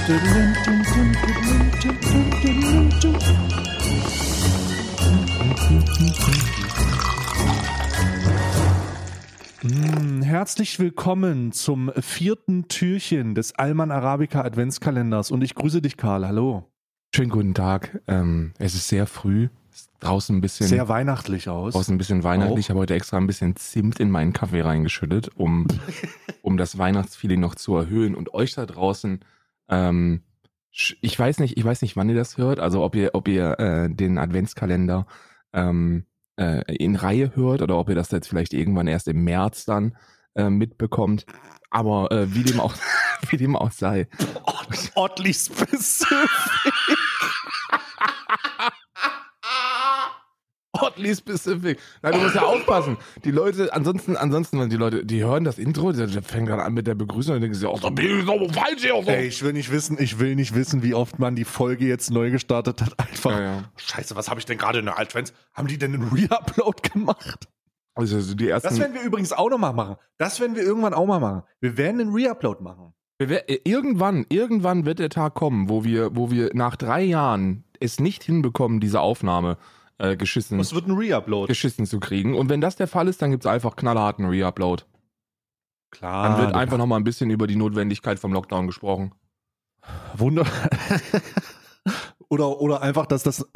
Herzlich willkommen zum 4. Türchen des Alman Arabica Adventskalenders und ich grüße dich, Karl. Hallo. Schönen guten Tag. Es ist sehr früh. Ist draußen ein bisschen sehr weihnachtlich aus. Draußen ein bisschen weihnachtlich. Ich habe heute extra ein bisschen Zimt in meinen Kaffee reingeschüttet, um das Weihnachtsfeeling noch zu erhöhen. Und euch da draußen, ich weiß nicht, wann ihr das hört. Also ob ihr den Adventskalender in Reihe hört oder ob ihr das jetzt vielleicht irgendwann erst im März dann mitbekommt. Aber wie dem auch sei. Oddly specific. Oddly specific. Nein, du musst ja aufpassen. Die Leute, ansonsten, wenn die Leute, die hören das Intro, die fangen gerade an mit der Begrüßung und denken sich, oh, da bin ich doch falsch hier. So. Ey, ich will nicht wissen, wie oft man die Folge jetzt neu gestartet hat. Einfach, ja. Scheiße, was habe ich denn gerade in der Advents? Haben die denn einen Reupload gemacht? Also die ersten. Das werden wir übrigens auch noch mal machen. Das werden wir irgendwann auch mal machen. Wir werden einen Reupload machen. Irgendwann wird der Tag kommen, wo wir nach 3 Jahren es nicht hinbekommen, diese Aufnahme geschissen zu kriegen. Und wenn das der Fall ist, dann gibt es einfach knallharten Reupload. Klar. Dann wird einfach noch mal ein bisschen über die Notwendigkeit vom Lockdown gesprochen. Oder einfach,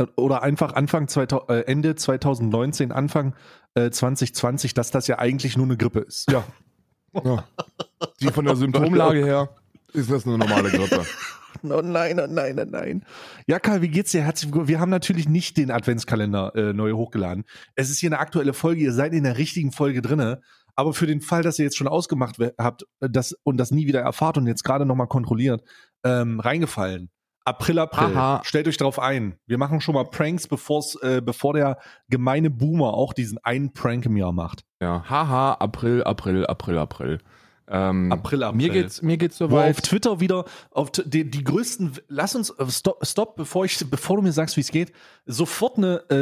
Ende 2019, Anfang 2020, dass das ja eigentlich nur eine Grippe ist. Ja. Die von der Symptomlage her ist das eine normale Grippe. Oh nein. Ja, Karl, wie geht's dir? Herzlich willkommen. Wir haben natürlich nicht den Adventskalender neu hochgeladen. Es ist hier eine aktuelle Folge. Ihr seid in der richtigen Folge drinne. Aber für den Fall, dass ihr jetzt schon ausgemacht habt und das nie wieder erfahrt und jetzt gerade nochmal kontrolliert, reingefallen. April. Aha. Stellt euch drauf ein. Wir machen schon mal Pranks, bevor der gemeine Boomer auch diesen einen Prank im Jahr macht. Ja, haha, April. April. Mir geht's so weit. Auf Twitter wieder die größten. Lass uns stopp, bevor du mir sagst, wie es geht. Sofort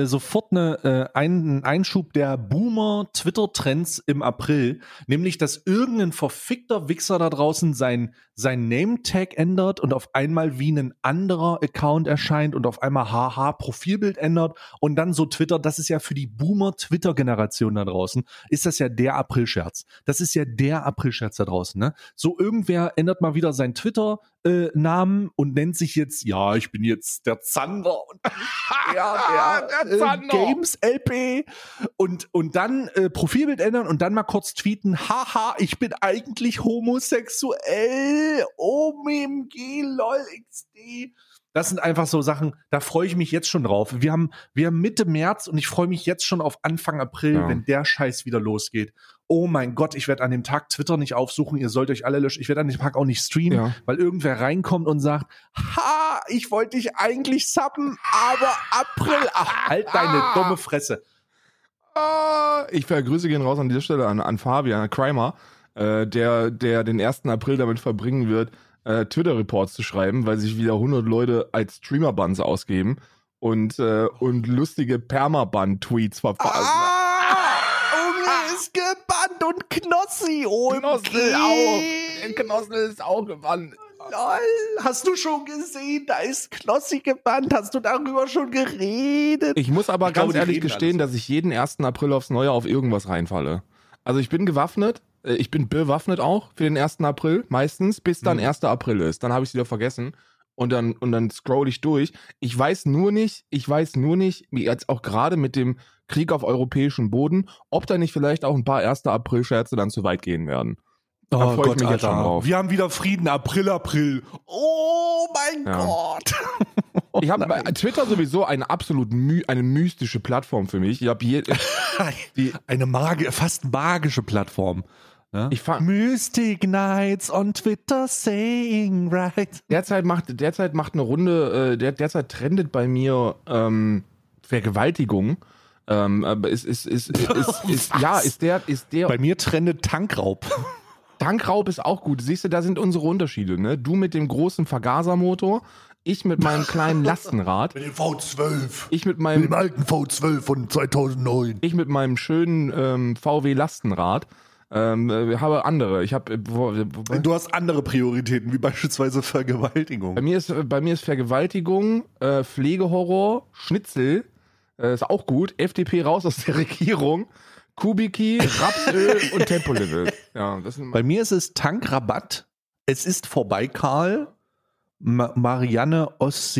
einen Einschub der Boomer-Twitter-Trends im April, nämlich dass irgendein verfickter Wichser da draußen sein Name-Tag ändert und auf einmal wie ein anderer Account erscheint und auf einmal Profilbild ändert und dann so Twitter. Das ist ja für die Boomer-Twitter-Generation da draußen ist das ja der April-Scherz. Das ist ja der April-Scherz da draußen, ne? So irgendwer ändert mal wieder seinen Twitter-Namen und nennt sich jetzt, ja, ich bin jetzt der Zander und der Games LP und dann Profilbild ändern und dann mal kurz tweeten, haha, ich bin eigentlich homosexuell, OMG, lol, XD. Das sind einfach so Sachen, da freue ich mich jetzt schon drauf. Wir haben Mitte März und ich freue mich jetzt schon auf Anfang April, wenn der Scheiß wieder losgeht. Oh mein Gott, ich werde an dem Tag Twitter nicht aufsuchen, ihr sollt euch alle löschen. Ich werde an dem Tag auch nicht streamen, weil irgendwer reinkommt und sagt, ich wollte dich eigentlich subben, aber April, halt deine dumme Fresse. Ich vergrüße gehen raus an dieser Stelle an Fabian Crimer, der den 1. April damit verbringen wird, Twitter-Reports zu schreiben, weil sich wieder 100 Leute als Streamer-Buns ausgeben und lustige Permaban-Tweets verfassen. Unge ist gebannt und Knossi. Knossel ist auch gebannt. Lol, hast du schon gesehen, da ist Knossi gebannt, hast du darüber schon geredet? Ich muss aber ganz ehrlich gestehen, dass ich jeden 1. April aufs Neue auf irgendwas reinfalle. Also ich bin bewaffnet auch für den 1. April, meistens, bis dann 1. April ist. Dann habe ich es wieder vergessen und dann scroll ich durch. Ich weiß nur nicht, wie jetzt auch gerade mit dem Krieg auf europäischem Boden, ob da nicht vielleicht auch ein paar 1. April-Scherze dann zu weit gehen werden. Oh Gott, Alter. Wir haben wieder Frieden, April. Oh mein Gott. Ich habe Twitter sowieso eine mystische Plattform für mich. Ich habe fast magische Plattform. Ja? Mystic Nights on Twitter saying right. Derzeit macht eine Runde, derzeit trendet bei mir Vergewaltigung. Aber ist der. Bei mir trendet Tankraub. Tankraub ist auch gut. Siehst du, da sind unsere Unterschiede, ne? Du mit dem großen Vergasermotor, ich mit meinem kleinen Lastenrad. Mit dem V12. Ich mit mit dem alten V12 von 2009. Ich mit meinem schönen VW Lastenrad. habe andere. Du hast andere Prioritäten, wie beispielsweise Vergewaltigung. Bei mir ist Vergewaltigung, Pflegehorror, Schnitzel, ist auch gut. FDP raus aus der Regierung, Kubiki, Rapsöl und Tempolimit. Ja, Bei mir ist es Tankrabatt. Es ist vorbei, Karl. Marianne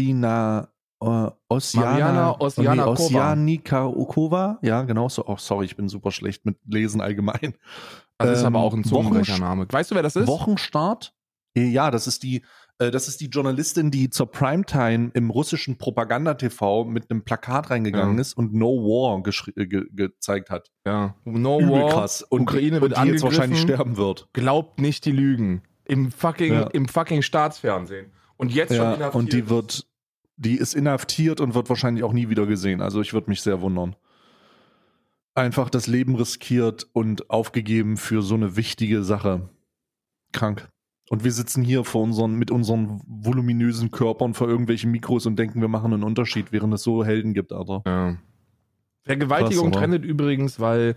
Osianikova. Ja, genau so. Oh, sorry, ich bin super schlecht mit Lesen allgemein. Das ist aber auch ein Zungenbrechername. Weißt du, wer das ist? Wochenstart? Ja, das ist die Journalistin, die zur Primetime im russischen Propaganda-TV mit einem Plakat reingegangen ist und No War gezeigt hat. Ja, No Übel War. Krass. Und Ukraine wird die jetzt wahrscheinlich sterben wird. Glaubt nicht die Lügen. Im fucking Staatsfernsehen. Und jetzt schon inhaftiert. Und die ist inhaftiert und wird wahrscheinlich auch nie wieder gesehen. Also ich würde mich sehr wundern. Einfach das Leben riskiert und aufgegeben für so eine wichtige Sache. Krank. Und wir sitzen hier mit unseren voluminösen Körpern vor irgendwelchen Mikros und denken, wir machen einen Unterschied, während es so Helden gibt, Alter. Ja. Vergewaltigung trendet übrigens, weil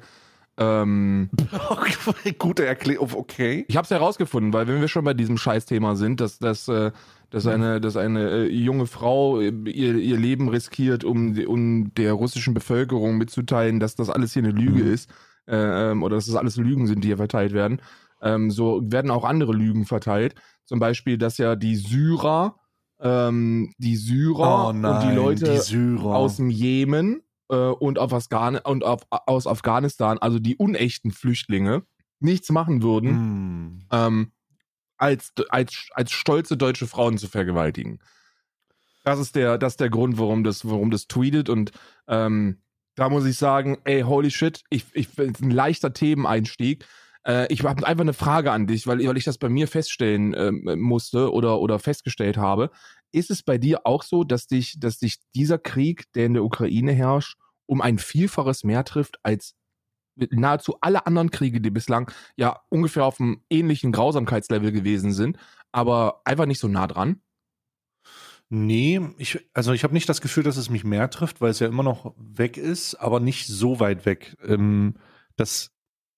gute Erklärung, okay. Ich habe es herausgefunden, weil wenn wir schon bei diesem Scheißthema sind, dass eine junge Frau ihr Leben riskiert, um der russischen Bevölkerung mitzuteilen, dass das alles hier eine Lüge ist, oder dass das alles Lügen sind, die hier verteilt werden. So werden auch andere Lügen verteilt. Zum Beispiel, dass ja die Syrer und die Leute aus dem Jemen und aus Afghanistan, also die unechten Flüchtlinge, nichts machen würden, als stolze deutsche Frauen zu vergewaltigen. Das ist der Grund, warum das tweetet. Und da muss ich sagen, ey, holy shit, ein leichter Themeneinstieg. Ich habe einfach eine Frage an dich, weil ich das bei mir feststellen musste oder festgestellt habe. Ist es bei dir auch so, dass dich dieser Krieg, der in der Ukraine herrscht, um ein Vielfaches mehr trifft als nahezu alle anderen Kriege, die bislang ja ungefähr auf einem ähnlichen Grausamkeitslevel gewesen sind, aber einfach nicht so nah dran? Nee, ich habe nicht das Gefühl, dass es mich mehr trifft, weil es ja immer noch weg ist, aber nicht so weit weg. Das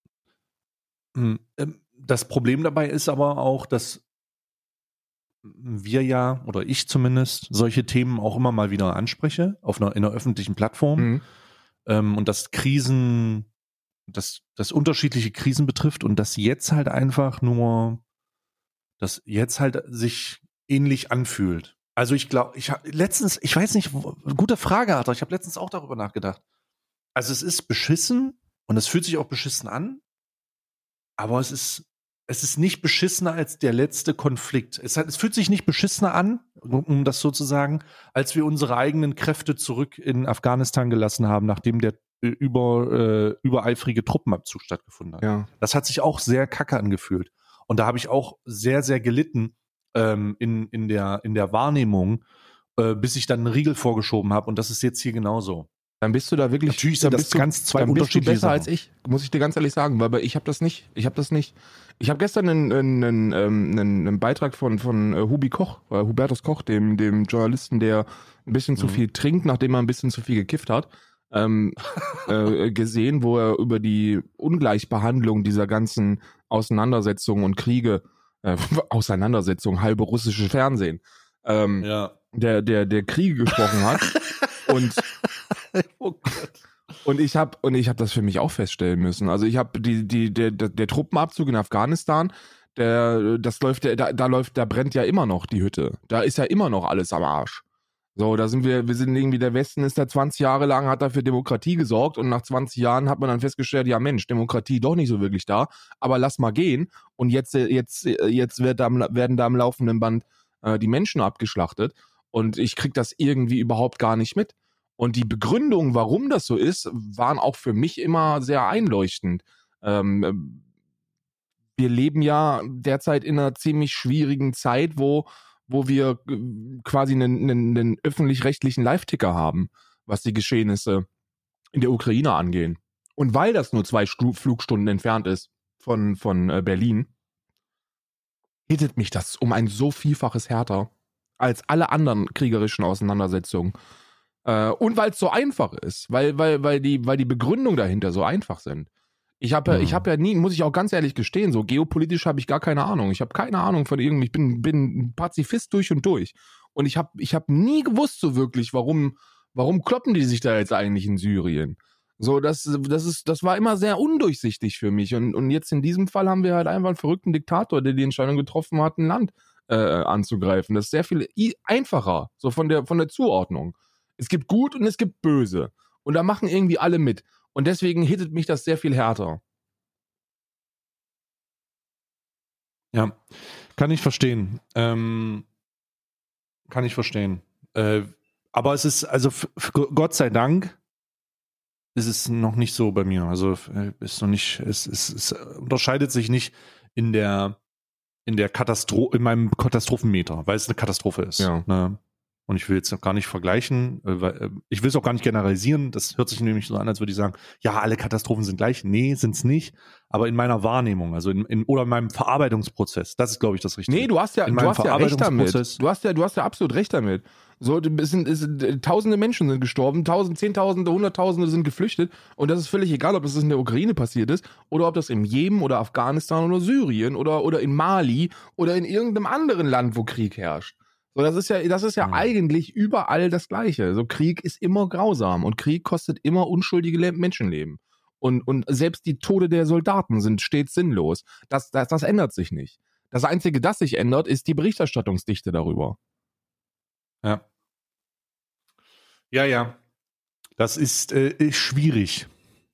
Problem dabei ist aber auch, dass wir ja, oder ich zumindest, solche Themen auch immer mal wieder anspreche, in einer öffentlichen Plattform. Und dass dass unterschiedliche Krisen betrifft und dass jetzt halt sich ähnlich anfühlt. Also ich glaube, ich weiß nicht, gute Frage, Arthur, ich habe letztens auch darüber nachgedacht. Also es ist beschissen und es fühlt sich auch beschissen an, aber es ist nicht beschissener als der letzte Konflikt. Es fühlt sich nicht beschissener an, um das so zu sagen, als wir unsere eigenen Kräfte zurück in Afghanistan gelassen haben, nachdem der übereifrige Truppenabzug stattgefunden hat. Ja. Das hat sich auch sehr kacke angefühlt. Und da habe ich auch sehr, sehr gelitten in der Wahrnehmung, bis ich dann einen Riegel vorgeschoben habe. Und das ist jetzt hier genauso. Dann bist du da wirklich. Natürlich sind das ganz zwei unterschiedliche besser als ich, muss ich dir ganz ehrlich sagen, weil ich habe das nicht. Ich habe gestern einen Beitrag von Hubertus Koch, dem Journalisten, der ein bisschen zu viel trinkt, nachdem er ein bisschen zu viel gekifft hat, gesehen, wo er über die Ungleichbehandlung dieser ganzen Auseinandersetzungen und Kriege, halbe russische Fernsehen, der Kriege gesprochen hat. Und ich habe das für mich auch feststellen müssen. Also ich habe der Truppenabzug in Afghanistan, da brennt ja immer noch die Hütte. Da ist ja immer noch alles am Arsch. So, wir sind irgendwie, der Westen ist da 20 Jahre lang, hat da für Demokratie gesorgt und nach 20 Jahren hat man dann festgestellt, ja Mensch, Demokratie doch nicht so wirklich da, aber lass mal gehen. Und jetzt werden da am laufenden Band die Menschen abgeschlachtet und ich krieg das irgendwie überhaupt gar nicht mit. Und die Begründungen, warum das so ist, waren auch für mich immer sehr einleuchtend. Wir leben ja derzeit in einer ziemlich schwierigen Zeit, wo wir quasi einen öffentlich-rechtlichen Live-Ticker haben, was die Geschehnisse in der Ukraine angehen. Und weil das nur 2 Flugstunden entfernt ist von Berlin, hittet mich das um ein so Vielfaches härter als alle anderen kriegerischen Auseinandersetzungen. Und weil es so einfach ist, weil die Begründungen dahinter so einfach sind. Ich hab ja nie, muss ich auch ganz ehrlich gestehen, so geopolitisch habe ich gar keine Ahnung. Ich habe keine Ahnung von irgendwie, ich bin Pazifist durch und durch. Und ich hab nie gewusst so wirklich, warum kloppen die sich da jetzt eigentlich in Syrien? So, das war immer sehr undurchsichtig für mich. Und jetzt in diesem Fall haben wir halt einfach einen verrückten Diktator, der die Entscheidung getroffen hat, ein Land anzugreifen. Das ist sehr viel einfacher, so von der Zuordnung. Es gibt gut und es gibt böse. Und da machen irgendwie alle mit. Und deswegen hittet mich das sehr viel härter. Ja, kann ich verstehen. Kann ich verstehen. Aber es ist, also Gott sei Dank, ist es noch nicht so bei mir. Also ist noch nicht, es unterscheidet sich nicht in meinem Katastrophenmeter, weil es eine Katastrophe ist. Ja. Ne? Und ich will jetzt noch gar nicht vergleichen, weil ich will es auch gar nicht generalisieren. Das hört sich nämlich so an, als würde ich sagen, ja, alle Katastrophen sind gleich. Nee, sind es nicht. Aber in meiner Wahrnehmung, also oder in meinem Verarbeitungsprozess, das ist, glaube ich, das Richtige. Nee, du hast ja recht damit. Du hast ja absolut recht damit. So, tausende Menschen sind gestorben, Zehntausende, Hunderttausende sind geflüchtet und das ist völlig egal, ob das in der Ukraine passiert ist oder ob das im Jemen oder Afghanistan oder Syrien oder in Mali oder in irgendeinem anderen Land, wo Krieg herrscht. So, das ist ja eigentlich überall das Gleiche. So, Krieg ist immer grausam und Krieg kostet immer unschuldige Menschenleben. Und selbst die Tode der Soldaten sind stets sinnlos. Das ändert sich nicht. Das Einzige, das sich ändert, ist die Berichterstattungsdichte darüber. Ja. Ja. Das ist schwierig.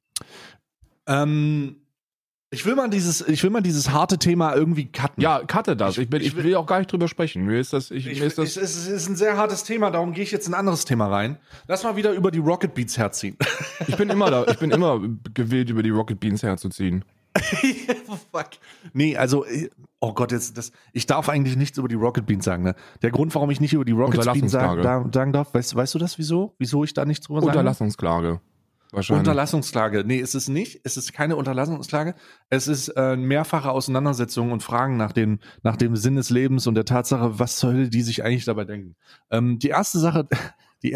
Ich will mal dieses harte Thema irgendwie cutten. Ja, cutte das. Ich will auch gar nicht drüber sprechen. Es ist ein sehr hartes Thema, darum gehe ich jetzt in ein anderes Thema rein. Lass mal wieder über die Rocket Beans herziehen. Ich bin immer gewillt, über die Rocket Beans herzuziehen. Fuck. Nee, also, oh Gott, ich darf eigentlich nichts über die Rocket Beans sagen, ne? Der Grund, warum ich nicht über die Rocket Beans sagen darf, weißt du das, wieso? Wieso ich da nichts drüber sage? Unterlassungsklage. Wahrscheinlich. Unterlassungsklage. Nee, ist es nicht. Es ist keine Unterlassungsklage. Es ist mehrfache Auseinandersetzungen und Fragen nach dem Sinn des Lebens und der Tatsache, was zur Hölle die sich eigentlich dabei denken. Die erste Sache, ich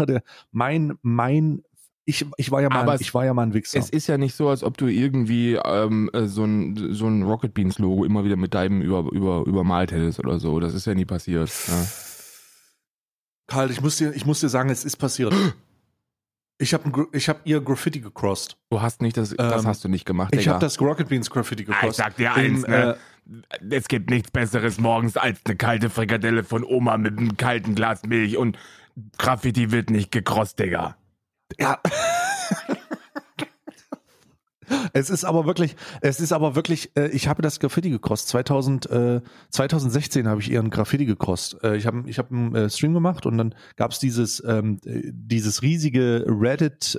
war ja mal ein Wichser. Es ist ja nicht so, als ob du irgendwie so ein Rocket Beans Logo immer wieder mit deinem übermalt hättest oder so. Das ist ja nie passiert. Ja. Karl, ich muss dir sagen, es ist passiert. Ich hab ihr Graffiti gecrossed. Du hast nicht das hast du nicht gemacht, Ich habe das Rocket Beans Graffiti gecrossed. Ich sag dir eins, es gibt nichts Besseres morgens als eine kalte Frikadelle von Oma mit einem kalten Glas Milch und Graffiti wird nicht gecrossed, Digga. Ja. Es ist aber wirklich, ich habe das Graffiti gecrossed. 2016 habe ich ihren Graffiti gecrossed. Ich habe einen Stream gemacht und dann gab es dieses riesige Reddit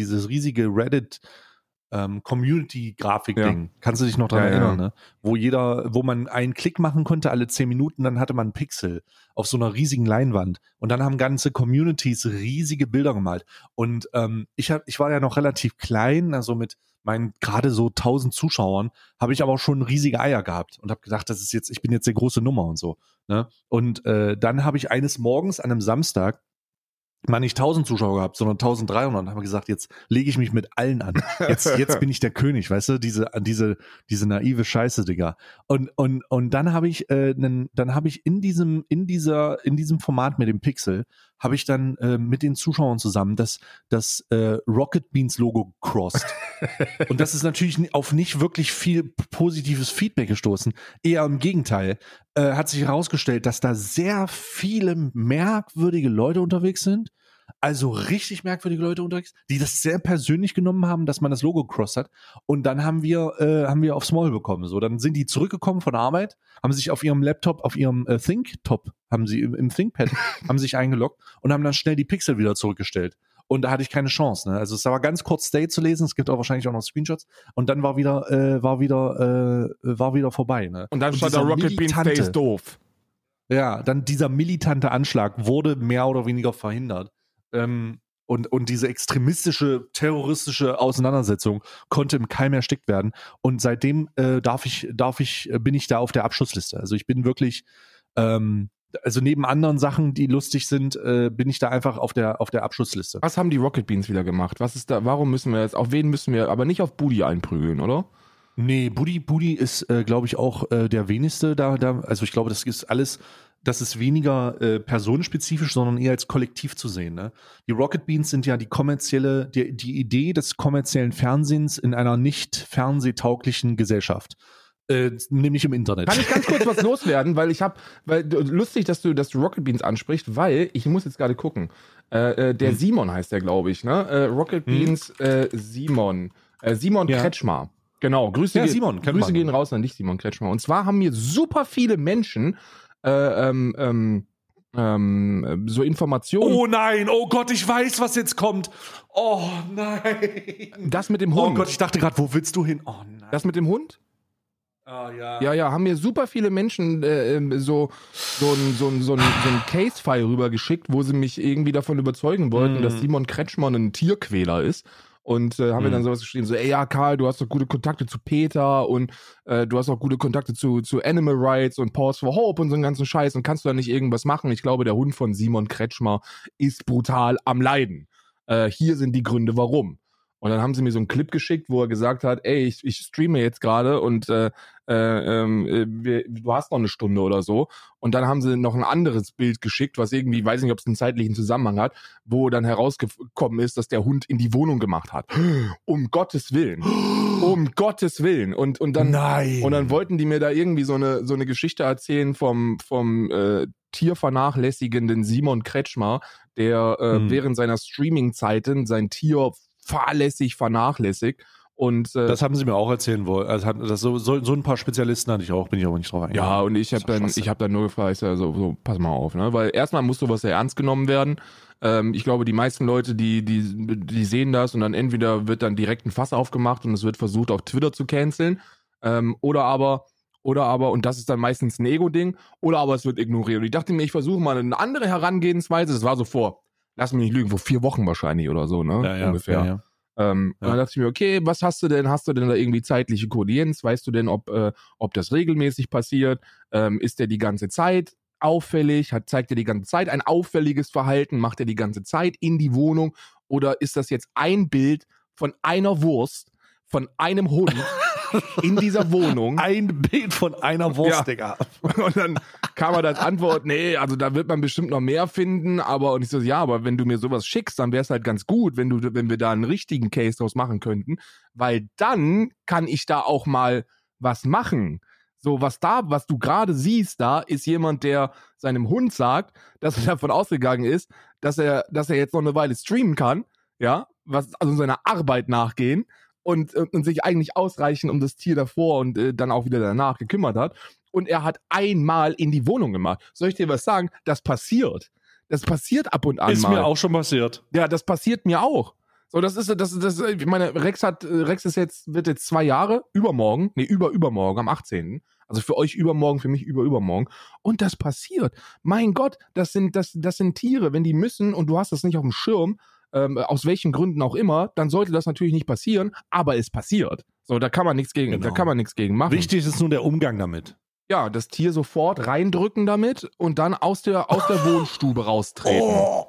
Community-Grafik-Ding. Ja. Kannst du dich noch dran erinnern, ne? Wo man einen Klick machen konnte alle 10 Minuten, dann hatte man einen Pixel auf so einer riesigen Leinwand. Und dann haben ganze Communities riesige Bilder gemalt. Und ich war ja noch relativ klein, also mit meinen gerade so 1000 Zuschauern, habe ich aber auch schon riesige Eier gehabt und habe gedacht, ich bin jetzt eine große Nummer und so. Ne? Und dann habe ich eines Morgens an einem Samstag mal nicht 1000 Zuschauer gehabt, sondern 1300 und habe gesagt, jetzt lege ich mich mit allen an. Jetzt bin ich der König, weißt du, diese naive Scheiße, Digga. Und dann habe ich in diesem Format mit dem Pixel habe ich dann mit den Zuschauern zusammen das Rocket Beans Logo crossed. Und das ist natürlich auf nicht wirklich viel positives Feedback gestoßen. Eher im Gegenteil. Hat sich herausgestellt, dass da sehr viele merkwürdige Leute unterwegs sind. Also richtig merkwürdige Leute unterwegs, die das sehr persönlich genommen haben, dass man das Logo gecrossed hat. Und dann haben wir aufs Maul bekommen. So, dann sind die zurückgekommen von der Arbeit, haben sich auf ihrem Laptop, auf ihrem ThinkTop, haben sie im ThinkPad, haben sich eingeloggt und haben dann schnell die Pixel wieder zurückgestellt. Und da hatte ich keine Chance. Ne? Also es war ganz kurz Stay zu lesen. Es gibt auch wahrscheinlich auch noch Screenshots. Und dann war wieder vorbei. Ne? Und dann stand da Rocket Beans Stay ist doof. Ja, dann dieser militante Anschlag wurde mehr oder weniger verhindert. Und diese extremistische, terroristische Auseinandersetzung konnte im Keim erstickt werden. Und seitdem bin ich da auf der Abschussliste. Also ich bin wirklich also neben anderen Sachen, die lustig sind, bin ich da einfach auf der Abschussliste. Was haben die Rocket Beans wieder gemacht? Was ist da, warum müssen wir jetzt, auf wen müssen wir, aber nicht auf Budi einprügeln, oder? Nee, Budi ist, glaube ich, auch der wenigste da. Also ich glaube, das ist weniger personenspezifisch, sondern eher als Kollektiv zu sehen. Ne? Die Rocket Beans sind ja die Idee des kommerziellen Fernsehens in einer nicht fernsehtauglichen Gesellschaft. Nämlich im Internet. Kann ich ganz kurz was loswerden, lustig, dass du Rocket Beans ansprichst, weil ich muss jetzt gerade gucken. Der Simon heißt der, glaube ich, ne? Rocket Beans Simon Kretschmer. Genau, Grüße gehen raus an dich, Simon Kretschmer. Und zwar haben mir super viele Menschen so Informationen. Oh nein, oh Gott, ich weiß, was jetzt kommt. Oh nein. Das mit dem Hund. Oh Gott, ich dachte gerade, wo willst du hin? Oh nein. Das mit dem Hund? Ah, ja. Ja, haben mir super viele Menschen so ein Case-File rübergeschickt, wo sie mich irgendwie davon überzeugen wollten, dass Simon Kretschmer ein Tierquäler ist. Und haben mir dann sowas geschrieben, so, ey, ja, Karl, du hast doch gute Kontakte zu Peter und du hast auch gute Kontakte zu Animal Rights und Pause for Hope und so einen ganzen Scheiß und kannst du da nicht irgendwas machen? Ich glaube, der Hund von Simon Kretschmer ist brutal am Leiden. Hier sind die Gründe, warum. Und dann haben sie mir so einen Clip geschickt, wo er gesagt hat, ey, ich streame jetzt gerade und du hast noch eine Stunde oder so. Und dann haben sie noch ein anderes Bild geschickt, was irgendwie, weiß nicht, ob es einen zeitlichen Zusammenhang hat, wo dann herausgekommen ist, dass der Hund in die Wohnung gemacht hat. Um Gottes Willen. Um Gottes Willen. Und dann, Nein. Und dann wollten die mir da irgendwie so eine Geschichte erzählen vom tiervernachlässigenden Simon Kretschmer, der während seiner Streaming-Zeiten sein Tier fahrlässig vernachlässigt. Und das haben sie mir auch erzählen wollen. Also so ein paar Spezialisten hatte ich auch, bin ich aber nicht drauf eingegangen. Ja, und ich habe dann nur gefragt, so, pass mal auf, ne? Weil erstmal muss sowas sehr ernst genommen werden. Ich glaube, die meisten Leute, die sehen das und dann entweder wird dann direkt ein Fass aufgemacht und es wird versucht, auf Twitter zu canceln, oder aber, und das ist dann meistens ein Ego-Ding, oder aber es wird ignoriert. Und ich dachte mir, ich versuche mal eine andere Herangehensweise. Das war so lass mich nicht lügen, vor 4 Wochen wahrscheinlich oder so, ne? Ja, ungefähr. Ja. Und dann dachte ich mir, okay, was hast du denn? Hast du denn da irgendwie zeitliche Kodienz? Weißt du denn, ob das regelmäßig passiert? Ist der die ganze Zeit auffällig? Zeigt er die ganze Zeit ein auffälliges Verhalten? Macht er die ganze Zeit in die Wohnung? Oder ist das jetzt ein Bild von einer Wurst, von einem Hund in dieser Wohnung? Ein Bild von einer Wurst, Digga. Und dann kam er als Antwort, nee, also da wird man bestimmt noch mehr finden, und ich so, ja, aber wenn du mir sowas schickst, dann wäre es halt ganz gut, wenn wir da einen richtigen Case draus machen könnten, weil dann kann ich da auch mal was machen. So, was du gerade siehst, da ist jemand, der seinem Hund sagt, dass er davon ausgegangen ist, dass er jetzt noch eine Weile streamen kann, ja, also seiner Arbeit nachgehen und sich eigentlich ausreichend um das Tier davor und dann auch wieder danach gekümmert hat. Und er hat einmal in die Wohnung gemacht. Soll ich dir was sagen? Das passiert. Das passiert ab und an ist mal. Ist mir auch schon passiert. Ja, das passiert mir auch. So, ich meine, Rex wird jetzt 2 Jahre, übermorgen, am 18. Also für euch übermorgen, für mich übermorgen. Und das passiert. Mein Gott, das sind Tiere, wenn die müssen und du hast das nicht auf dem Schirm, aus welchen Gründen auch immer, dann sollte das natürlich nicht passieren, aber es passiert. So, da kann man nichts gegen machen. Wichtig ist nur der Umgang damit. Ja, das Tier sofort reindrücken damit und dann aus der Wohnstube raustreten. Oh.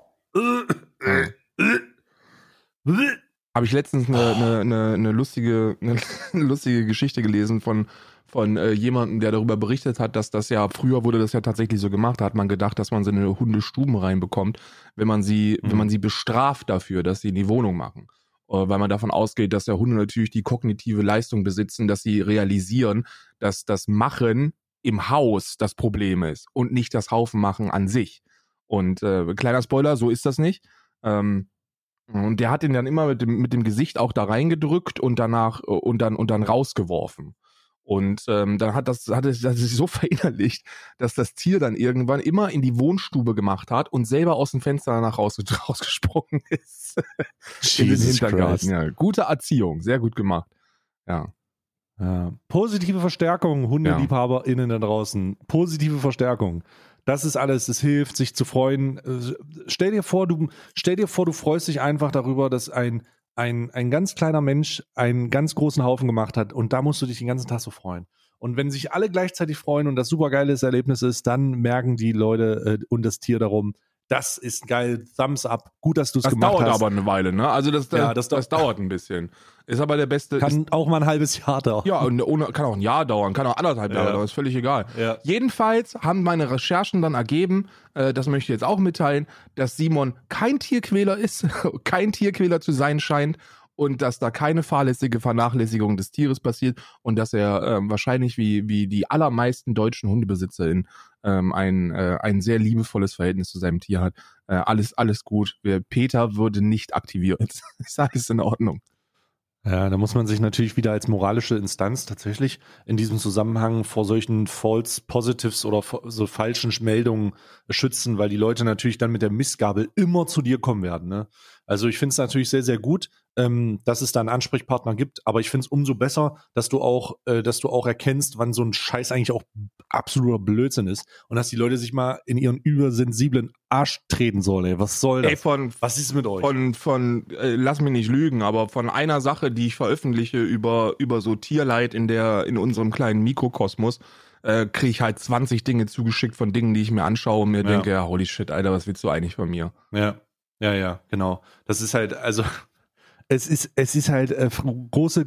Habe ich letztens eine lustige Geschichte gelesen von jemandem, der darüber berichtet hat, dass das ja, früher wurde das ja tatsächlich so gemacht, da hat man gedacht, dass man so eine Hundestuben reinbekommt, wenn man sie bestraft dafür, dass sie in die Wohnung machen. Weil man davon ausgeht, dass ja Hunde natürlich die kognitive Leistung besitzen, dass sie realisieren, dass das Machen im Haus das Problem ist und nicht das Haufenmachen an sich. Und kleiner Spoiler, so ist das nicht. Und der hat ihn dann immer mit dem Gesicht auch da reingedrückt und danach und dann rausgeworfen. Und dann hat es sich so verinnerlicht, dass das Tier dann irgendwann immer in die Wohnstube gemacht hat und selber aus dem Fenster danach rausgesprungen ist. In den Hintergarten. Ja, gute Erziehung, sehr gut gemacht. Ja. Ja. Positive Verstärkung, HundeliebhaberInnen da draußen. Positive Verstärkung. Das ist alles, es hilft, sich zu freuen. Stell dir vor, du freust dich einfach darüber, dass ein ein ganz kleiner Mensch einen ganz großen Haufen gemacht hat und da musst du dich den ganzen Tag so freuen. Und wenn sich alle gleichzeitig freuen und das super geiles Erlebnis ist, dann merken die Leute und das Tier darum, das ist geil, Thumbs up, gut, dass du es gemacht hast. Das dauert aber eine Weile, ne? Also das dauert ein bisschen. Ist aber der beste. Kann auch mal ein halbes Jahr dauern. Ja, und kann auch ein Jahr dauern, kann auch 1,5 Jahre dauern, ist völlig egal. Ja. Jedenfalls haben meine Recherchen dann ergeben, das möchte ich jetzt auch mitteilen, dass Simon kein Tierquäler ist, kein Tierquäler zu sein scheint und dass da keine fahrlässige Vernachlässigung des Tieres passiert und dass er wahrscheinlich wie die allermeisten deutschen HundebesitzerInnen ein sehr liebevolles Verhältnis zu seinem Tier hat. Alles gut. Peter würde nicht aktiviert. Ich sage, es ist in Ordnung. Ja, da muss man sich natürlich wieder als moralische Instanz tatsächlich in diesem Zusammenhang vor solchen False Positives oder so falschen Meldungen schützen, weil die Leute natürlich dann mit der Mistgabel immer zu dir kommen werden. Ne? Also ich finde es natürlich sehr, sehr gut, dass es da einen Ansprechpartner gibt, aber ich finde es umso besser, dass du auch erkennst, wann so ein Scheiß eigentlich auch absoluter Blödsinn ist und dass die Leute sich mal in ihren übersensiblen Arsch treten sollen. Ey. Was soll das? Was ist mit euch? Lass mich nicht lügen, aber von einer Sache, die ich veröffentliche über so Tierleid in unserem kleinen Mikrokosmos, kriege ich halt 20 Dinge zugeschickt von Dingen, die ich mir anschaue und mir denke, ja, holy shit, Alter, was willst du eigentlich von mir? Ja, genau. Das ist halt, also es ist halt große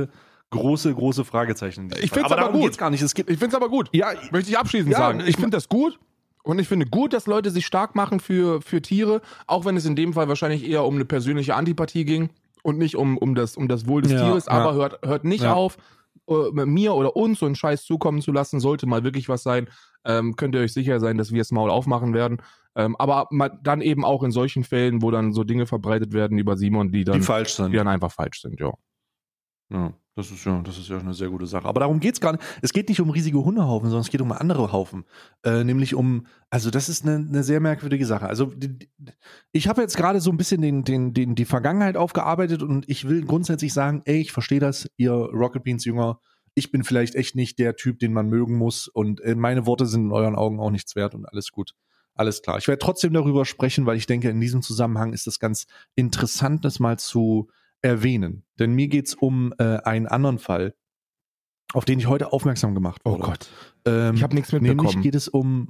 Fragezeichen. Ich finde es aber gut. Geht's gar nicht. Ich finde es aber gut. Ja, möchte ich abschließend sagen. Ich finde das gut. Und ich finde gut, dass Leute sich stark machen für Tiere, auch wenn es in dem Fall wahrscheinlich eher um eine persönliche Antipathie ging und nicht um das Wohl des Tieres. Aber hört nicht auf, mir oder uns so einen Scheiß zukommen zu lassen. Sollte mal wirklich was sein, könnt ihr euch sicher sein, dass wir das Maul aufmachen werden. Aber dann eben auch in solchen Fällen, wo dann so Dinge verbreitet werden über Simon, die dann einfach falsch sind, ja. Ja, das ist ja eine sehr gute Sache. Aber darum geht's gar nicht. Es geht nicht um riesige Hundehaufen, sondern es geht um andere Haufen. Nämlich also das ist eine sehr merkwürdige Sache. Also ich habe jetzt gerade so ein bisschen die Vergangenheit aufgearbeitet und ich will grundsätzlich sagen, ey, ich verstehe das, ihr Rocket Beans Jünger, ich bin vielleicht echt nicht der Typ, den man mögen muss und meine Worte sind in euren Augen auch nichts wert und alles gut. Alles klar. Ich werde trotzdem darüber sprechen, weil ich denke, in diesem Zusammenhang ist es ganz interessant, das mal zu erwähnen. Denn mir geht's um einen anderen Fall, auf den ich heute aufmerksam gemacht wurde. Oh Gott. Ich habe nichts mitbekommen. Nämlich geht es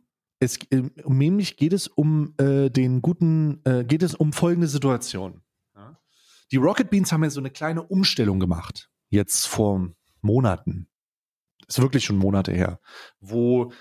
um folgende Situation. Ja? Die Rocket Beans haben ja so eine kleine Umstellung gemacht. Jetzt vor Monaten. Ist wirklich schon Monate her. Wo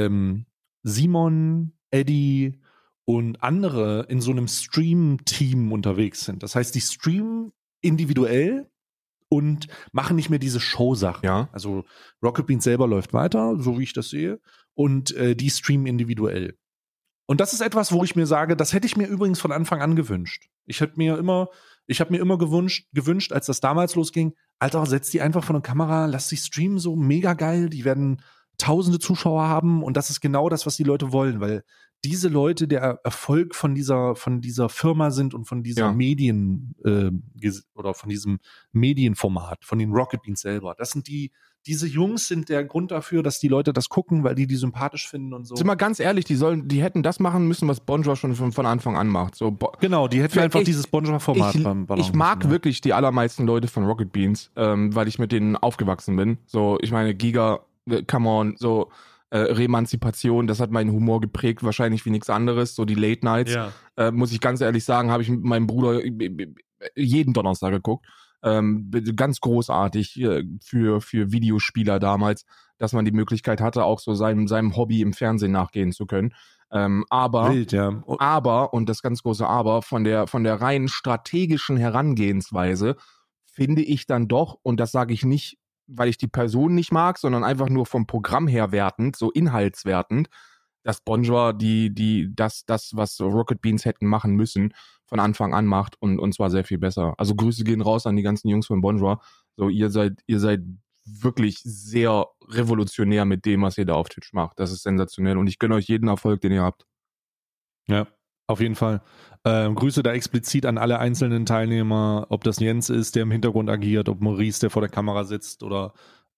Simon, Eddie und andere in so einem Stream-Team unterwegs sind. Das heißt, die streamen individuell und machen nicht mehr diese Show-Sachen. Ja. Also Rocket Beans selber läuft weiter, so wie ich das sehe, und die streamen individuell. Und das ist etwas, wo ich mir sage, das hätte ich mir übrigens von Anfang an gewünscht. Ich habe mir immer gewünscht, als das damals losging, Alter, setz die einfach vor eine Kamera, lass sie streamen, so mega geil, die werden tausende Zuschauer haben und das ist genau das, was die Leute wollen, weil diese Leute der Erfolg von dieser Firma sind und von dieser Medien oder von diesem Medienformat, von den Rocket Beans selber. Das sind diese Jungs sind der Grund dafür, dass die Leute das gucken, weil die sympathisch finden und so. Sind wir ganz ehrlich, die hätten das machen müssen, was Bonjour schon von Anfang an macht. So, genau, die hätten einfach dieses Bonjour-Format beim Ballon. Ich mag wirklich die allermeisten Leute von Rocket Beans, weil ich mit denen aufgewachsen bin. So, ich meine, Giga, come on, so Remanzipation, das hat meinen Humor geprägt, wahrscheinlich wie nichts anderes, so die Late Nights. Ja. Muss ich ganz ehrlich sagen, habe ich mit meinem Bruder jeden Donnerstag geguckt. Ganz großartig für Videospieler damals, dass man die Möglichkeit hatte, auch so seinem Hobby im Fernsehen nachgehen zu können. Wild, ja. Aber, und das ganz große Aber, von der rein strategischen Herangehensweise finde ich dann doch, und das sage ich nicht, weil ich die Person nicht mag, sondern einfach nur vom Programm her wertend, so inhaltswertend, dass Bonjour das, was Rocket Beans hätten machen müssen, von Anfang an macht und zwar sehr viel besser. Also Grüße gehen raus an die ganzen Jungs von Bonjour. So, ihr seid wirklich sehr revolutionär mit dem, was ihr da auf Twitch macht. Das ist sensationell und ich gönne euch jeden Erfolg, den ihr habt. Ja, auf jeden Fall. Grüße da explizit an alle einzelnen Teilnehmer, ob das Jens ist, der im Hintergrund agiert, ob Maurice, der vor der Kamera sitzt oder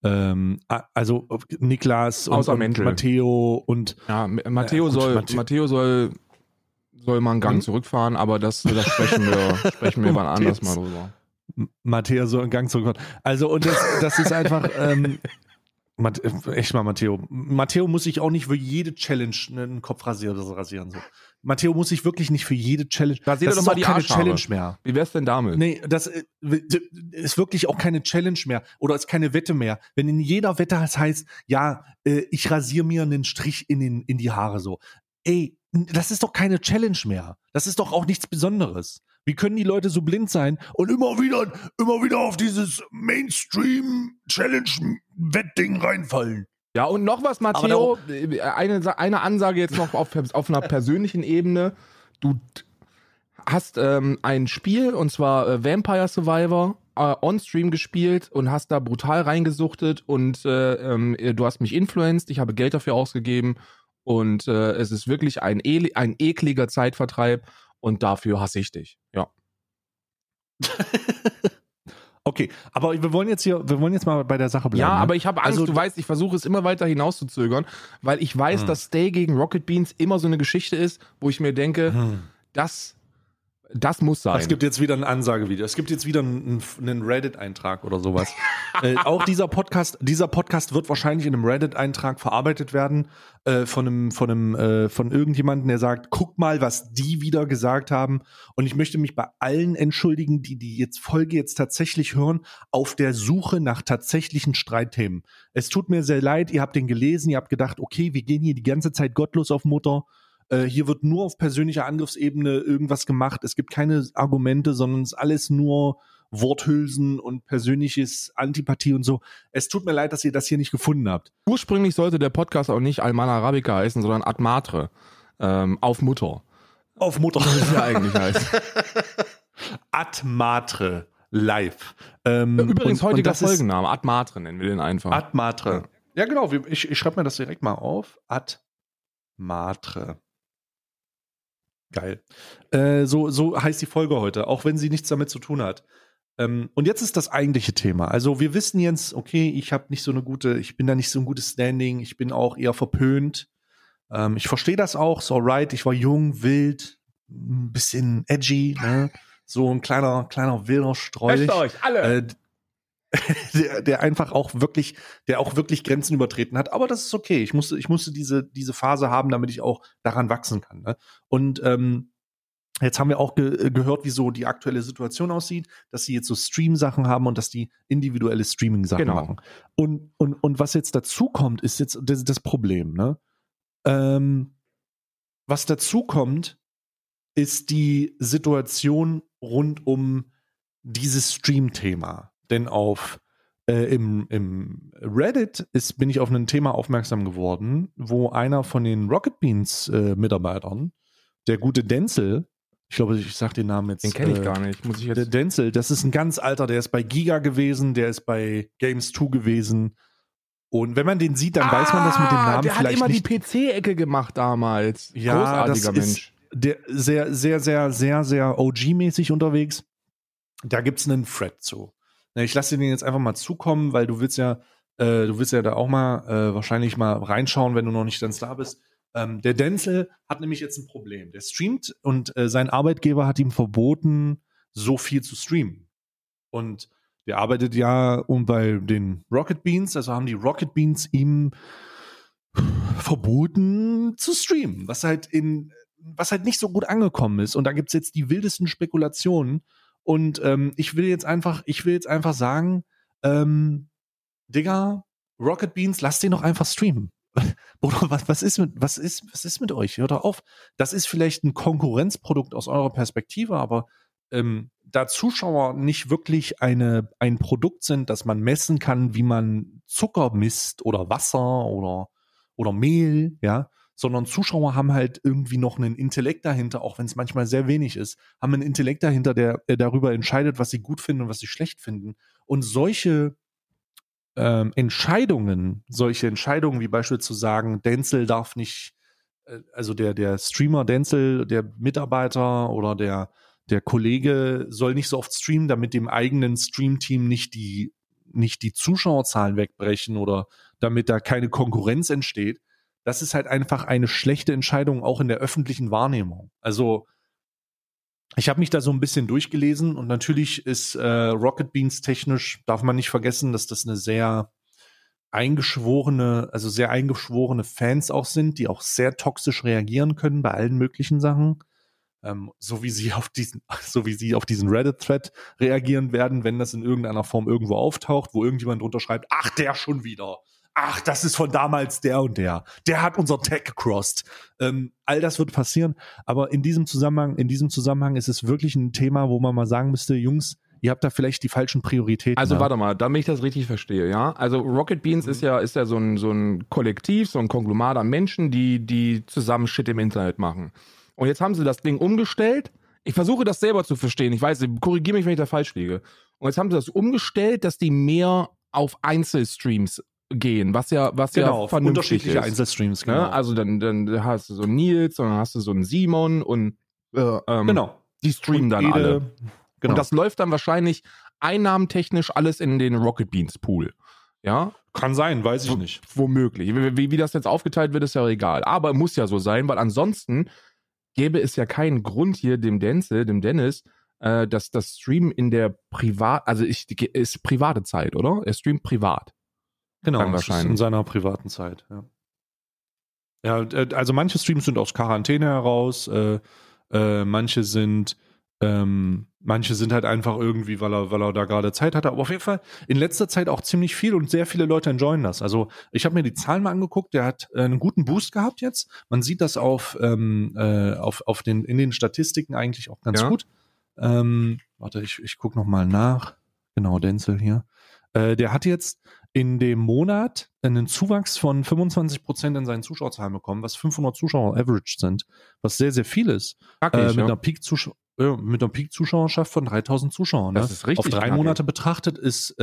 also Niklas und Matteo und Matteo soll mal einen Gang zurückfahren, aber das sprechen wir wann anders mal drüber. Matteo so in Gang zurück. Also, und das ist einfach, echt mal, Matteo. Matteo muss sich auch nicht für jede Challenge einen Kopf rasieren. So. Matteo muss sich wirklich nicht für jede Challenge. Rasier das doch ist mal auch die keine Arschhaare. Challenge mehr. Wie wär's denn damit? Nee, das ist wirklich auch keine Challenge mehr. Oder ist keine Wette mehr. Wenn in jeder Wette es heißt, ja, ich rasiere mir einen Strich in die Haare so. Ey, das ist doch keine Challenge mehr. Das ist doch auch nichts Besonderes. Wie können die Leute so blind sein und immer wieder auf dieses Mainstream-Challenge-Wettding reinfallen? Ja, und noch was, Matteo, eine Ansage jetzt noch auf einer persönlichen Ebene. Du hast ein Spiel, und zwar Vampire Survivor, on-stream gespielt und hast da brutal reingesuchtet und du hast mich influenced, ich habe Geld dafür ausgegeben und es ist wirklich ein ekliger Zeitvertreib und dafür hasse ich dich. Ja. Okay, aber wir wollen jetzt mal bei der Sache bleiben. Ja, ne? aber ich habe Angst, Also, du weißt, ich versuche es immer weiter hinauszuzögern, weil ich weiß, dass Stay gegen Rocket Beans immer so eine Geschichte ist, wo ich mir denke, das muss sein. Es gibt jetzt wieder ein Ansagevideo. Es gibt jetzt wieder einen Reddit-Eintrag oder sowas. Auch dieser Podcast wird wahrscheinlich in einem Reddit-Eintrag verarbeitet werden von irgendjemandem, der sagt, guck mal, was die wieder gesagt haben. Und ich möchte mich bei allen entschuldigen, die Folge jetzt tatsächlich hören, auf der Suche nach tatsächlichen Streitthemen. Es tut mir sehr leid, ihr habt den gelesen, ihr habt gedacht, okay, wir gehen hier die ganze Zeit gottlos auf Mutter. Hier wird nur auf persönlicher Angriffsebene irgendwas gemacht. Es gibt keine Argumente, sondern es ist alles nur Worthülsen und persönliches Antipathie und so. Es tut mir leid, dass ihr das hier nicht gefunden habt. Ursprünglich sollte der Podcast auch nicht Alman Arabica heißen, sondern Ad Matre. Auf Mutter. Auf Mutter. Das ist ja eigentlich heißt. Ad Matre live. Übrigens heutiger Folgenname. Folgenname. Ad Matre nennen wir den einfach. Ad Matre. Ja, genau. Ich schreibe mir das direkt mal auf. Ad Matre. Geil. So heißt die Folge heute, auch wenn sie nichts damit zu tun hat. Und jetzt ist das eigentliche Thema. Also wir wissen jetzt, okay, ich bin da nicht so ein gutes Standing, ich bin auch eher verpönt. Ich verstehe das auch, ist alright, ich war jung, wild, ein bisschen edgy, ne? So ein kleiner wilder Strolch. Euch alle! Der auch wirklich Grenzen übertreten hat. Aber das ist okay. Ich musste diese Phase haben, damit ich auch daran wachsen kann. Ne? Und jetzt haben wir auch gehört, wie so die aktuelle Situation aussieht, dass sie jetzt so Stream-Sachen haben und dass die individuelle Streaming-Sachen machen. Und was jetzt dazu kommt, ist jetzt das Problem. Ne? Was dazu kommt, ist die Situation rund um dieses Stream-Thema. Denn im Reddit bin ich auf ein Thema aufmerksam geworden, wo einer von den Rocket Beans Mitarbeitern, der gute Denzel, ich glaube, ich sag den Namen jetzt. Den kenne ich gar nicht. Muss ich jetzt. Der Denzel, das ist ein ganz alter, der ist bei Giga gewesen, der ist bei Games 2 gewesen. Und wenn man den sieht, dann weiß man das mit dem Namen der vielleicht hat immer nicht. die PC-Ecke gemacht damals. Ja, großartiger das Mensch. ist der sehr, sehr, sehr, sehr, sehr OG-mäßig unterwegs. Da gibt's einen Thread zu. Ich lasse dir den jetzt einfach mal zukommen, weil du willst ja da auch mal wahrscheinlich mal reinschauen, wenn du noch nicht ganz da bist. Der Denzel hat nämlich jetzt ein Problem. Der streamt und sein Arbeitgeber hat ihm verboten, so viel zu streamen. Und der arbeitet ja bei den Rocket Beans, also haben die Rocket Beans ihm verboten zu streamen, was halt nicht so gut angekommen ist. Und da gibt's jetzt die wildesten Spekulationen. Und ich will jetzt einfach sagen, Digga, Rocket Beans, lass den doch einfach streamen. Bruder, was ist mit euch? Hört doch auf. Das ist vielleicht ein Konkurrenzprodukt aus eurer Perspektive, aber da Zuschauer nicht wirklich ein Produkt sind, das man messen kann, wie man Zucker misst oder Wasser oder Mehl, ja, sondern Zuschauer haben halt irgendwie noch einen Intellekt dahinter, auch wenn es manchmal sehr wenig ist, haben einen Intellekt dahinter, der darüber entscheidet, was sie gut finden und was sie schlecht finden. Und solche Entscheidungen wie beispielsweise zu sagen, Denzel darf nicht, also der Streamer Denzel, der Mitarbeiter oder der Kollege soll nicht so oft streamen, damit dem eigenen Streamteam nicht die Zuschauerzahlen wegbrechen oder damit da keine Konkurrenz entsteht. Das ist halt einfach eine schlechte Entscheidung, auch in der öffentlichen Wahrnehmung. Also Ich habe mich da so ein bisschen durchgelesen und natürlich ist Rocket Beans technisch, darf man nicht vergessen, dass das eine sehr sehr eingeschworene Fans auch sind, die auch sehr toxisch reagieren können bei allen möglichen Sachen. So wie sie auf diesen Reddit-Thread reagieren werden, wenn das in irgendeiner Form irgendwo auftaucht, wo irgendjemand drunter schreibt, ach, der schon wieder. Ach, das ist von damals der und der. Der hat unser Tag gecrossed. All das wird passieren. Aber in diesem Zusammenhang ist es wirklich ein Thema, wo man mal sagen müsste, Jungs, ihr habt da vielleicht die falschen Prioritäten. Also warte mal, damit ich das richtig verstehe, ja. Also Rocket Beans ist ja so ein Kollektiv, so ein Konglomerat an Menschen, die zusammen Shit im Internet machen. Und jetzt haben sie das Ding umgestellt. Ich versuche das selber zu verstehen. Ich weiß, korrigiere mich, wenn ich da falsch liege. Und jetzt haben sie das umgestellt, dass die mehr auf Einzelstreams gehen, was ja vernünftig unterschiedliche ist. Einzelstreams, genau. Ne? Also dann hast du so einen Nils und dann hast du so einen Simon und genau. Die streamen und dann alle. Genau. Und das läuft dann wahrscheinlich einnahmentechnisch alles in den Rocket Beans Pool. Ja? Kann sein, weiß ich nicht. Womöglich. Wie das jetzt aufgeteilt wird, ist ja egal. Aber muss ja so sein, weil ansonsten gäbe es ja keinen Grund hier dem Dennis, dass das Stream in der ist private Zeit, oder? Er streamt privat. Genau, dann das wahrscheinlich. ist in seiner privaten Zeit, ja. Ja, also manche Streams sind aus Quarantäne heraus, manche sind halt einfach irgendwie, weil er da gerade Zeit hatte. Aber auf jeden Fall in letzter Zeit auch ziemlich viel und sehr viele Leute enjoyen das. Also ich habe mir die Zahlen mal angeguckt, der hat einen guten Boost gehabt jetzt. Man sieht das in den Statistiken eigentlich auch ganz gut. Warte, ich gucke nochmal nach. Genau, Denzel hier. Der hat jetzt in dem Monat einen Zuwachs von 25% in seinen Zuschauerzahlen bekommen, was 500 Zuschauer average sind, was sehr, sehr viel ist. Mit einer Peak-Zuschauerschaft von 3000 Zuschauern. Das ist richtig auf 3 Monate betrachtet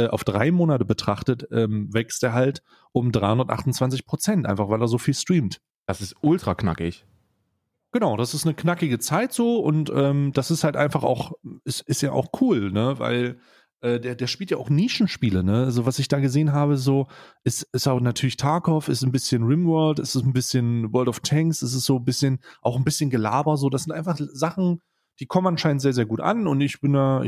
wächst er halt um 328%, einfach weil er so viel streamt. Das ist ultra knackig. Genau, das ist eine knackige Zeit so und das ist halt einfach auch, ist ja auch cool, ne, weil der spielt ja auch Nischenspiele, ne? Also was ich da gesehen habe, so ist auch natürlich Tarkov, ist ein bisschen Rimworld, ist ein bisschen World of Tanks, ist es so ein bisschen, auch ein bisschen Gelaber, so. Das sind einfach Sachen, die kommen anscheinend sehr, sehr gut an und ich meine,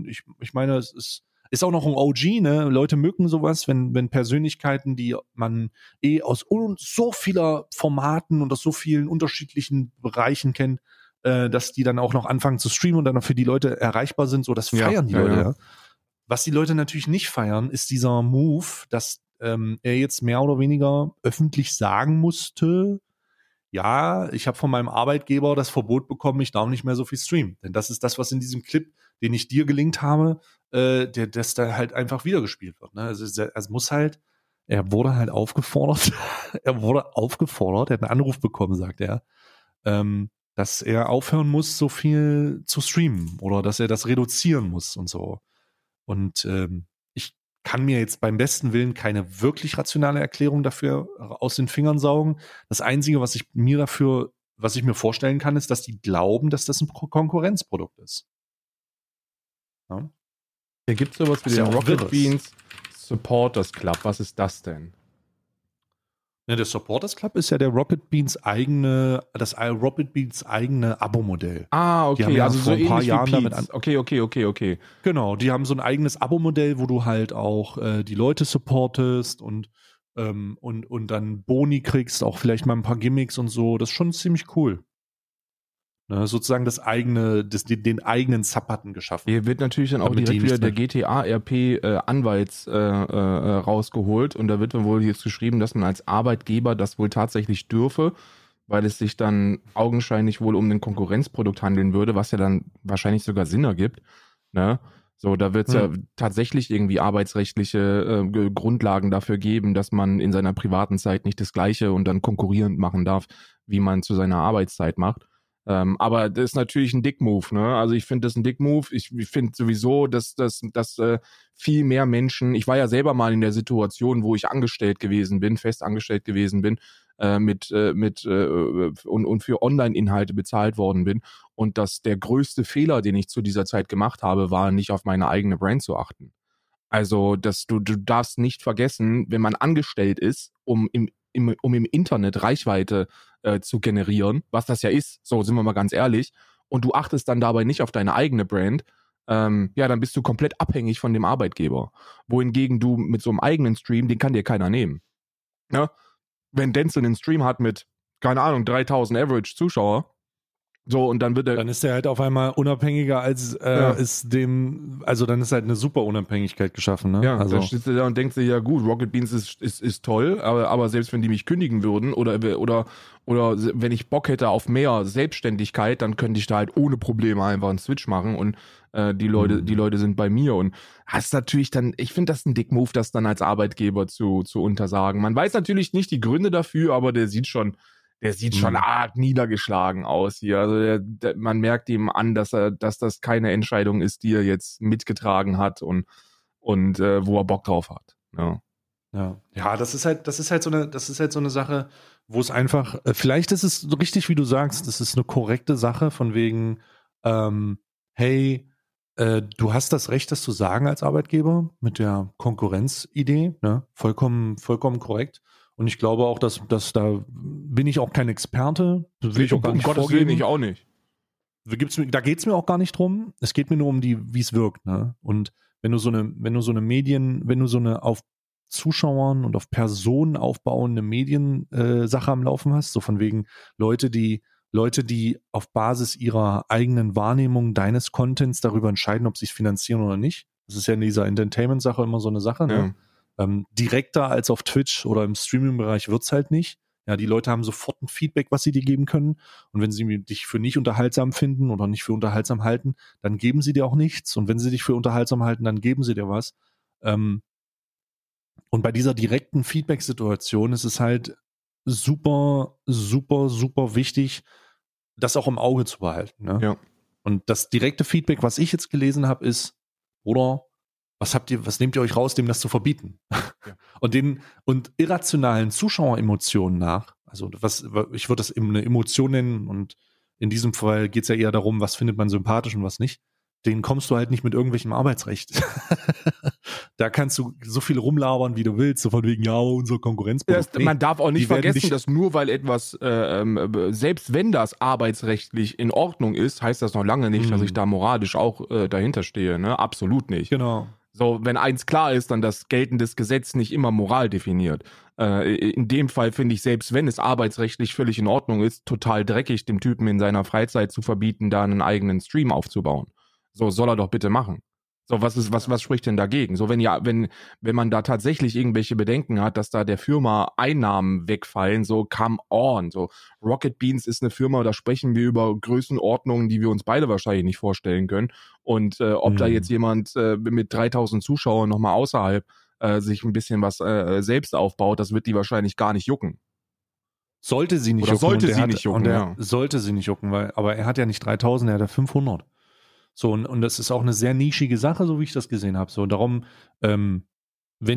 es ist auch noch ein OG, ne? Leute mögen sowas, wenn Persönlichkeiten, die man aus so vieler Formaten und aus so vielen unterschiedlichen Bereichen kennt, dass die dann auch noch anfangen zu streamen und dann noch für die Leute erreichbar sind, so das feiern die Leute, ja. Was die Leute natürlich nicht feiern, ist dieser Move, dass er jetzt mehr oder weniger öffentlich sagen musste, ja, ich habe von meinem Arbeitgeber das Verbot bekommen, ich darf nicht mehr so viel streamen. Denn das ist das, was in diesem Clip, den ich dir gelinkt habe, dass da halt einfach wiedergespielt wird. Ne? Also er wurde halt aufgefordert, er hat einen Anruf bekommen, sagt er, dass er aufhören muss, so viel zu streamen oder dass er das reduzieren muss und so. Und ich kann mir jetzt beim besten Willen keine wirklich rationale Erklärung dafür aus den Fingern saugen. Das Einzige, was ich mir vorstellen kann, ist, dass die glauben, dass das ein Konkurrenzprodukt ist. Ja? Hier gibt es sowas wie den Rocket Beans Supporters Club. Was ist das denn? Ja, der Supporters Club ist ja der Rocket Beans eigene Abo-Modell. Ah, okay, die haben ja also vor so ein paar ähnlich Jahren wie damit Okay. Genau, die haben so ein eigenes Abo-Modell, wo du halt auch die Leute supportest und dann Boni kriegst, auch vielleicht mal ein paar Gimmicks und so. Das ist schon ziemlich cool. Ne, sozusagen den eigenen Sub-Button geschaffen. Hier wird natürlich dann auch direkt wieder der GTA-RP Anwalts rausgeholt und da wird dann wohl jetzt geschrieben, dass man als Arbeitgeber das wohl tatsächlich dürfe, weil es sich dann augenscheinlich wohl um ein Konkurrenzprodukt handeln würde, was ja dann wahrscheinlich sogar Sinn ergibt. Ne? So, da wird es ja tatsächlich irgendwie arbeitsrechtliche Grundlagen dafür geben, dass man in seiner privaten Zeit nicht das Gleiche und dann konkurrierend machen darf, wie man zu seiner Arbeitszeit macht. Aber das ist natürlich ein Dick-Move, ne? Also ich finde das ein Dick-Move. Ich finde sowieso, dass viel mehr Menschen, ich war ja selber mal in der Situation, wo ich fest angestellt gewesen bin, und für Online-Inhalte bezahlt worden bin. Und dass der größte Fehler, den ich zu dieser Zeit gemacht habe, war, nicht auf meine eigene Brand zu achten. Also, dass du darfst nicht vergessen, wenn man angestellt ist, um im Internet Reichweite zu generieren, was das ja ist, so sind wir mal ganz ehrlich, und du achtest dann dabei nicht auf deine eigene Brand, dann bist du komplett abhängig von dem Arbeitgeber. Wohingegen du mit so einem eigenen Stream, den kann dir keiner nehmen. Ja? Wenn Denzel einen Stream hat mit, keine Ahnung, 3000 Average Zuschauer, so, und dann wird er. Dann ist er halt auf einmal unabhängiger als dann ist halt eine super Unabhängigkeit geschaffen, ne? Ja, also. dann steht er da und denkt sich, ja gut, Rocket Beans ist toll, aber selbst wenn die mich kündigen würden oder wenn ich Bock hätte auf mehr Selbstständigkeit, dann könnte ich da halt ohne Probleme einfach einen Switch machen und die Leute sind bei mir und das ist natürlich dann, ich finde das ein Dick-Move, das dann als Arbeitgeber zu untersagen. Man weiß natürlich nicht die Gründe dafür, aber der sieht schon arg niedergeschlagen aus hier. Also man merkt ihm an, dass das keine Entscheidung ist, die er jetzt mitgetragen hat und wo er Bock drauf hat. Ja, das ist halt so eine Sache, wo es einfach, vielleicht ist es so richtig, wie du sagst, das ist eine korrekte Sache von wegen, hey, du hast das Recht, das zu sagen als Arbeitgeber mit der Konkurrenzidee, ne? Vollkommen korrekt. Und ich glaube auch, dass da bin ich auch kein Experte. Das will ich auch gar nicht Gottes Willen, ich auch nicht. Da geht es mir auch gar nicht drum. Es geht mir nur um wie es wirkt. Ne? Und wenn du so eine auf Zuschauern und auf Personen aufbauende Mediensache am Laufen hast, so von wegen Leute, die auf Basis ihrer eigenen Wahrnehmung deines Contents darüber entscheiden, ob sie es finanzieren oder nicht. Das ist ja in dieser Entertainment-Sache immer so eine Sache, ne? Ja. Direkter als auf Twitch oder im Streaming-Bereich wird's halt nicht. Ja, die Leute haben sofort ein Feedback, was sie dir geben können. Und wenn sie dich für nicht unterhaltsam finden oder nicht für unterhaltsam halten, dann geben sie dir auch nichts. Und wenn sie dich für unterhaltsam halten, dann geben sie dir was. Und bei dieser direkten Feedback-Situation ist es halt super, super, super wichtig, das auch im Auge zu behalten. Ne? Ja. Und das direkte Feedback, was ich jetzt gelesen habe, ist, oder was nehmt ihr euch raus, dem das zu verbieten? Ja. Und irrationalen Zuschaueremotionen nach, also ich würde das eine Emotion nennen und in diesem Fall geht es ja eher darum, was findet man sympathisch und was nicht. Den kommst du halt nicht mit irgendwelchem Arbeitsrecht. Da kannst du so viel rumlabern, wie du willst, so von wegen, ja, unsere Konkurrenz. Man darf auch nicht vergessen, dass nur weil etwas, selbst wenn das arbeitsrechtlich in Ordnung ist, heißt das noch lange nicht, dass ich da moralisch auch dahinter stehe. Ne? Absolut nicht. Genau. So, wenn eins klar ist, dann das geltendes Gesetz nicht immer Moral definiert. In dem Fall finde ich, selbst wenn es arbeitsrechtlich völlig in Ordnung ist, total dreckig, dem Typen in seiner Freizeit zu verbieten, da einen eigenen Stream aufzubauen. So, soll er doch bitte machen. So, was spricht denn dagegen? So, wenn man da tatsächlich irgendwelche Bedenken hat, dass da der Firma Einnahmen wegfallen, so, come on. So, Rocket Beans ist eine Firma, da sprechen wir über Größenordnungen, die wir uns beide wahrscheinlich nicht vorstellen können. Und ob da jetzt jemand mit 3000 Zuschauern nochmal außerhalb sich ein bisschen was selbst aufbaut, das wird die wahrscheinlich gar nicht jucken. Sollte sie nicht jucken. Sollte sie nicht jucken, aber er hat ja nicht 3000, er hat ja 500. So, und das ist auch eine sehr nischige Sache, so wie ich das gesehen habe. So, darum, wenn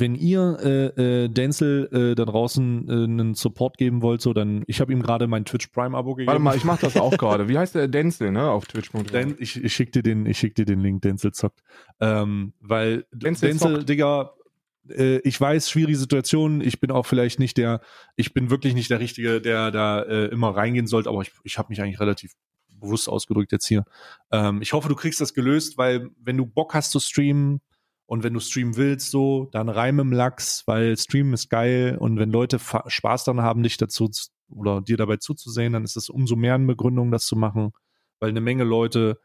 ihr Denzel da draußen einen Support geben wollt, so, dann, ich habe ihm gerade mein Twitch Prime-Abo gegeben. Warte mal, ich mache das auch gerade. Wie heißt der Denzel, ne, auf Twitch.com? Ich schick dir den Link, Denzel zockt. Weil Denzel Digga, ich weiß, schwierige Situationen, ich bin wirklich nicht der Richtige, der da immer reingehen sollte, aber ich habe mich eigentlich relativ bewusst ausgedrückt jetzt hier. Ich hoffe, du kriegst das gelöst, weil wenn du Bock hast zu streamen und wenn du streamen willst, so, dann rein im Lachs, weil Streamen ist geil und wenn Leute Spaß daran haben, dich dazu oder dir dabei zuzusehen, dann ist es umso mehr eine Begründung, das zu machen, weil eine Menge Leute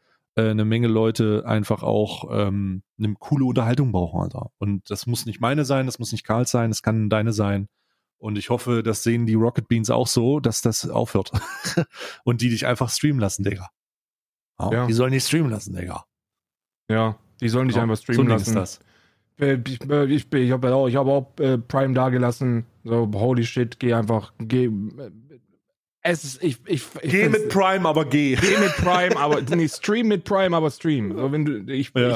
einfach auch eine coole Unterhaltung brauchen, Alter. Und das muss nicht meine sein, das muss nicht Karls sein, das kann deine sein. Und ich hoffe, das sehen die Rocket Beans auch so, dass das aufhört. Und die dich einfach streamen lassen, Digga. Ja. Die sollen nicht streamen lassen, Digga. Ja, die sollen dich einfach streamen lassen. Das. Ich habe auch Prime da gelassen. So, holy shit, geh mit Prime, aber geh. Geh mit Prime, aber nee, stream mit Prime, aber stream. So, wenn du,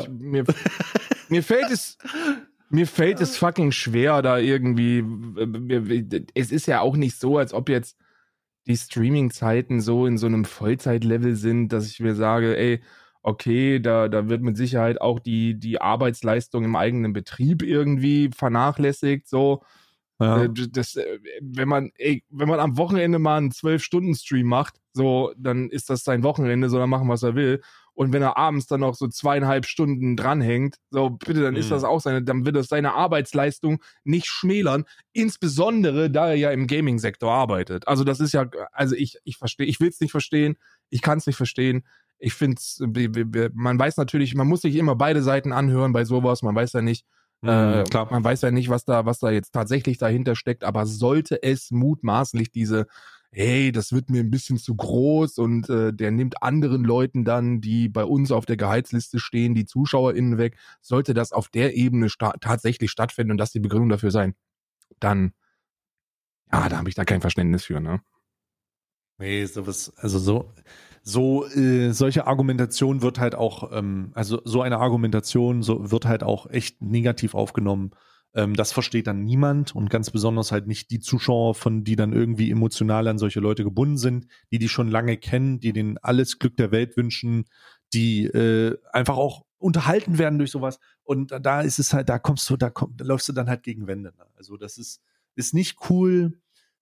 mir fällt es fucking schwer, da irgendwie. Es ist ja auch nicht so, als ob jetzt die Streaming-Zeiten so in so einem Vollzeitlevel sind, dass ich mir sage, ey, okay, da wird mit Sicherheit auch die Arbeitsleistung im eigenen Betrieb irgendwie vernachlässigt, so. Ja. Wenn man am Wochenende mal einen 12-Stunden-Stream macht, so, dann ist das sein Wochenende, soll er machen, was er will. Und wenn er abends dann noch so 2,5 Stunden dranhängt, so bitte, dann ist das auch dann wird das seine Arbeitsleistung nicht schmälern, insbesondere da er ja im Gaming-Sektor arbeitet. Also das ist ja, also ich verstehe, ich will es nicht verstehen, ich kann es nicht verstehen. Ich finde man weiß natürlich, man muss sich immer beide Seiten anhören bei sowas, man weiß ja nicht, klar. man weiß ja nicht, was da jetzt tatsächlich dahinter steckt, aber sollte es mutmaßlich hey, das wird mir ein bisschen zu groß und der nimmt anderen Leuten dann, die bei uns auf der Gehaltsliste stehen, die ZuschauerInnen weg, sollte das auf der Ebene tatsächlich stattfinden und das die Begründung dafür sein, dann, ja, da habe ich da kein Verständnis für, ne? Nee, sowas, also solche Argumentation wird halt auch, also so eine Argumentation wird halt auch echt negativ aufgenommen. Das versteht dann niemand und ganz besonders halt nicht die Zuschauer, die dann irgendwie emotional an solche Leute gebunden sind, die schon lange kennen, die denen alles Glück der Welt wünschen, die einfach auch unterhalten werden durch sowas. Und da ist es halt, da läufst du dann halt gegen Wände. Ne? Also das ist nicht cool,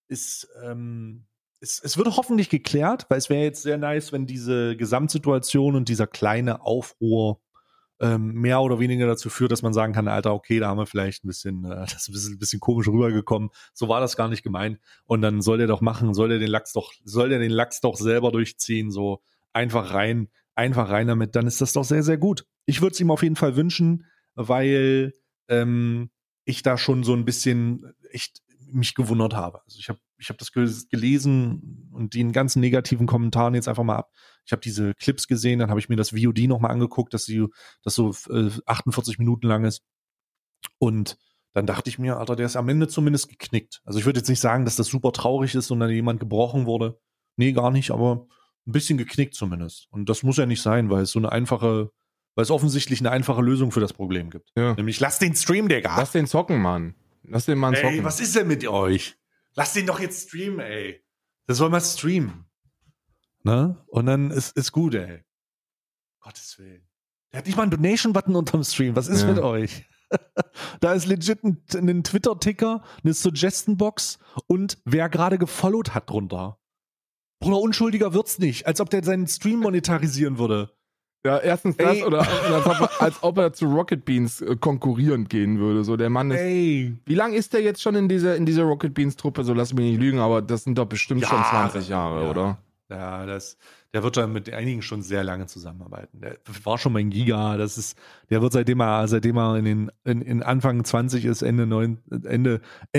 es wird hoffentlich geklärt, weil es wäre jetzt sehr nice, wenn diese Gesamtsituation und dieser kleine Aufruhr mehr oder weniger dazu führt, dass man sagen kann, Alter, okay, da haben wir vielleicht das ist ein bisschen komisch rübergekommen. So war das gar nicht gemeint. Und dann soll der doch machen, soll der den Lachs doch selber durchziehen, so einfach rein damit. Dann ist das doch sehr, sehr gut. Ich würde es ihm auf jeden Fall wünschen, weil ich da schon so ein bisschen echt mich gewundert habe. Also ich habe das gelesen und den ganzen negativen Kommentaren jetzt einfach mal ab. Ich habe diese Clips gesehen, dann habe ich mir das VOD nochmal angeguckt, das so 48 Minuten lang ist. Und dann dachte ich mir, Alter, der ist am Ende zumindest geknickt. Also ich würde jetzt nicht sagen, dass das super traurig ist und dann jemand gebrochen wurde. Nee, gar nicht, aber ein bisschen geknickt zumindest. Und das muss ja nicht sein, weil es offensichtlich eine einfache Lösung für das Problem gibt. Ja. Nämlich, lass den Stream, Digga. Lass den zocken, Mann. Lass den Mann zocken. Ey, was ist denn mit euch? Lass den doch jetzt streamen, ey. Der soll mal streamen. Ne? Und dann ist gut, ey. Gottes Willen. Der hat nicht mal einen Donation-Button unterm Stream. Was ist mit euch? Da ist legit ein Twitter-Ticker, eine Suggestion-Box und wer gerade gefollowt hat drunter. Bruder, unschuldiger wird's nicht. Als ob der seinen Stream monetarisieren würde. Ja, erstens das oder als ob er zu Rocket Beans konkurrierend gehen würde. So, der Mann ist. Ey. Wie lange ist der jetzt schon in dieser Rocket Beans Truppe? So, lass mich nicht lügen, aber das sind doch bestimmt schon 20 Jahre, oder? Ja, der wird dann mit einigen schon sehr lange zusammenarbeiten. Der war schon mein Giga. Der wird seitdem er in Anfang 20 ist, Ende 19,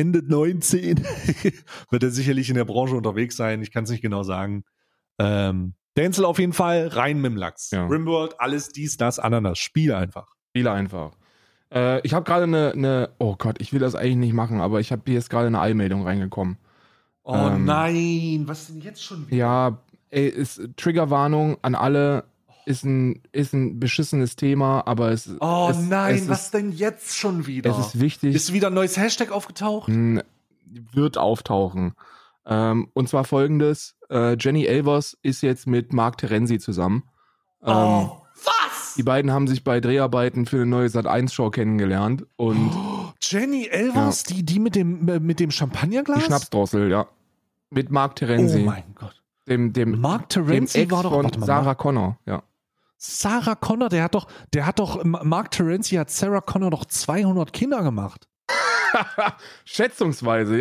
wird er sicherlich in der Branche unterwegs sein. Ich kann es nicht genau sagen. Denzel auf jeden Fall, rein mit dem Lachs. Ja. Rimworld, alles dies, das, Ananas. Spiele einfach. Ich habe gerade oh Gott, ich will das eigentlich nicht machen, aber ich habe hier jetzt gerade eine Eilmeldung reingekommen. Oh nein, was denn jetzt schon wieder? Ja, Triggerwarnung an alle, ist ein beschissenes Thema, aber was denn jetzt schon wieder? Es ist wichtig. Ist wieder ein neues Hashtag aufgetaucht? Wird auftauchen. Und zwar folgendes: Jenny Elvers ist jetzt mit Mark Terenzi zusammen. Was? Die beiden haben sich bei Dreharbeiten für eine neue Sat.1-Show kennengelernt. Und Jenny Elvers, die mit dem Champagnerglas? Die Schnapsdrossel, ja. Mit Mark Terenzi. Oh mein Gott. Dem Mark Terenzi Ex war doch von Sarah Connor, ja. Sarah Connor, Mark Terenzi hat Sarah Connor doch 200 Kinder gemacht. Schätzungsweise.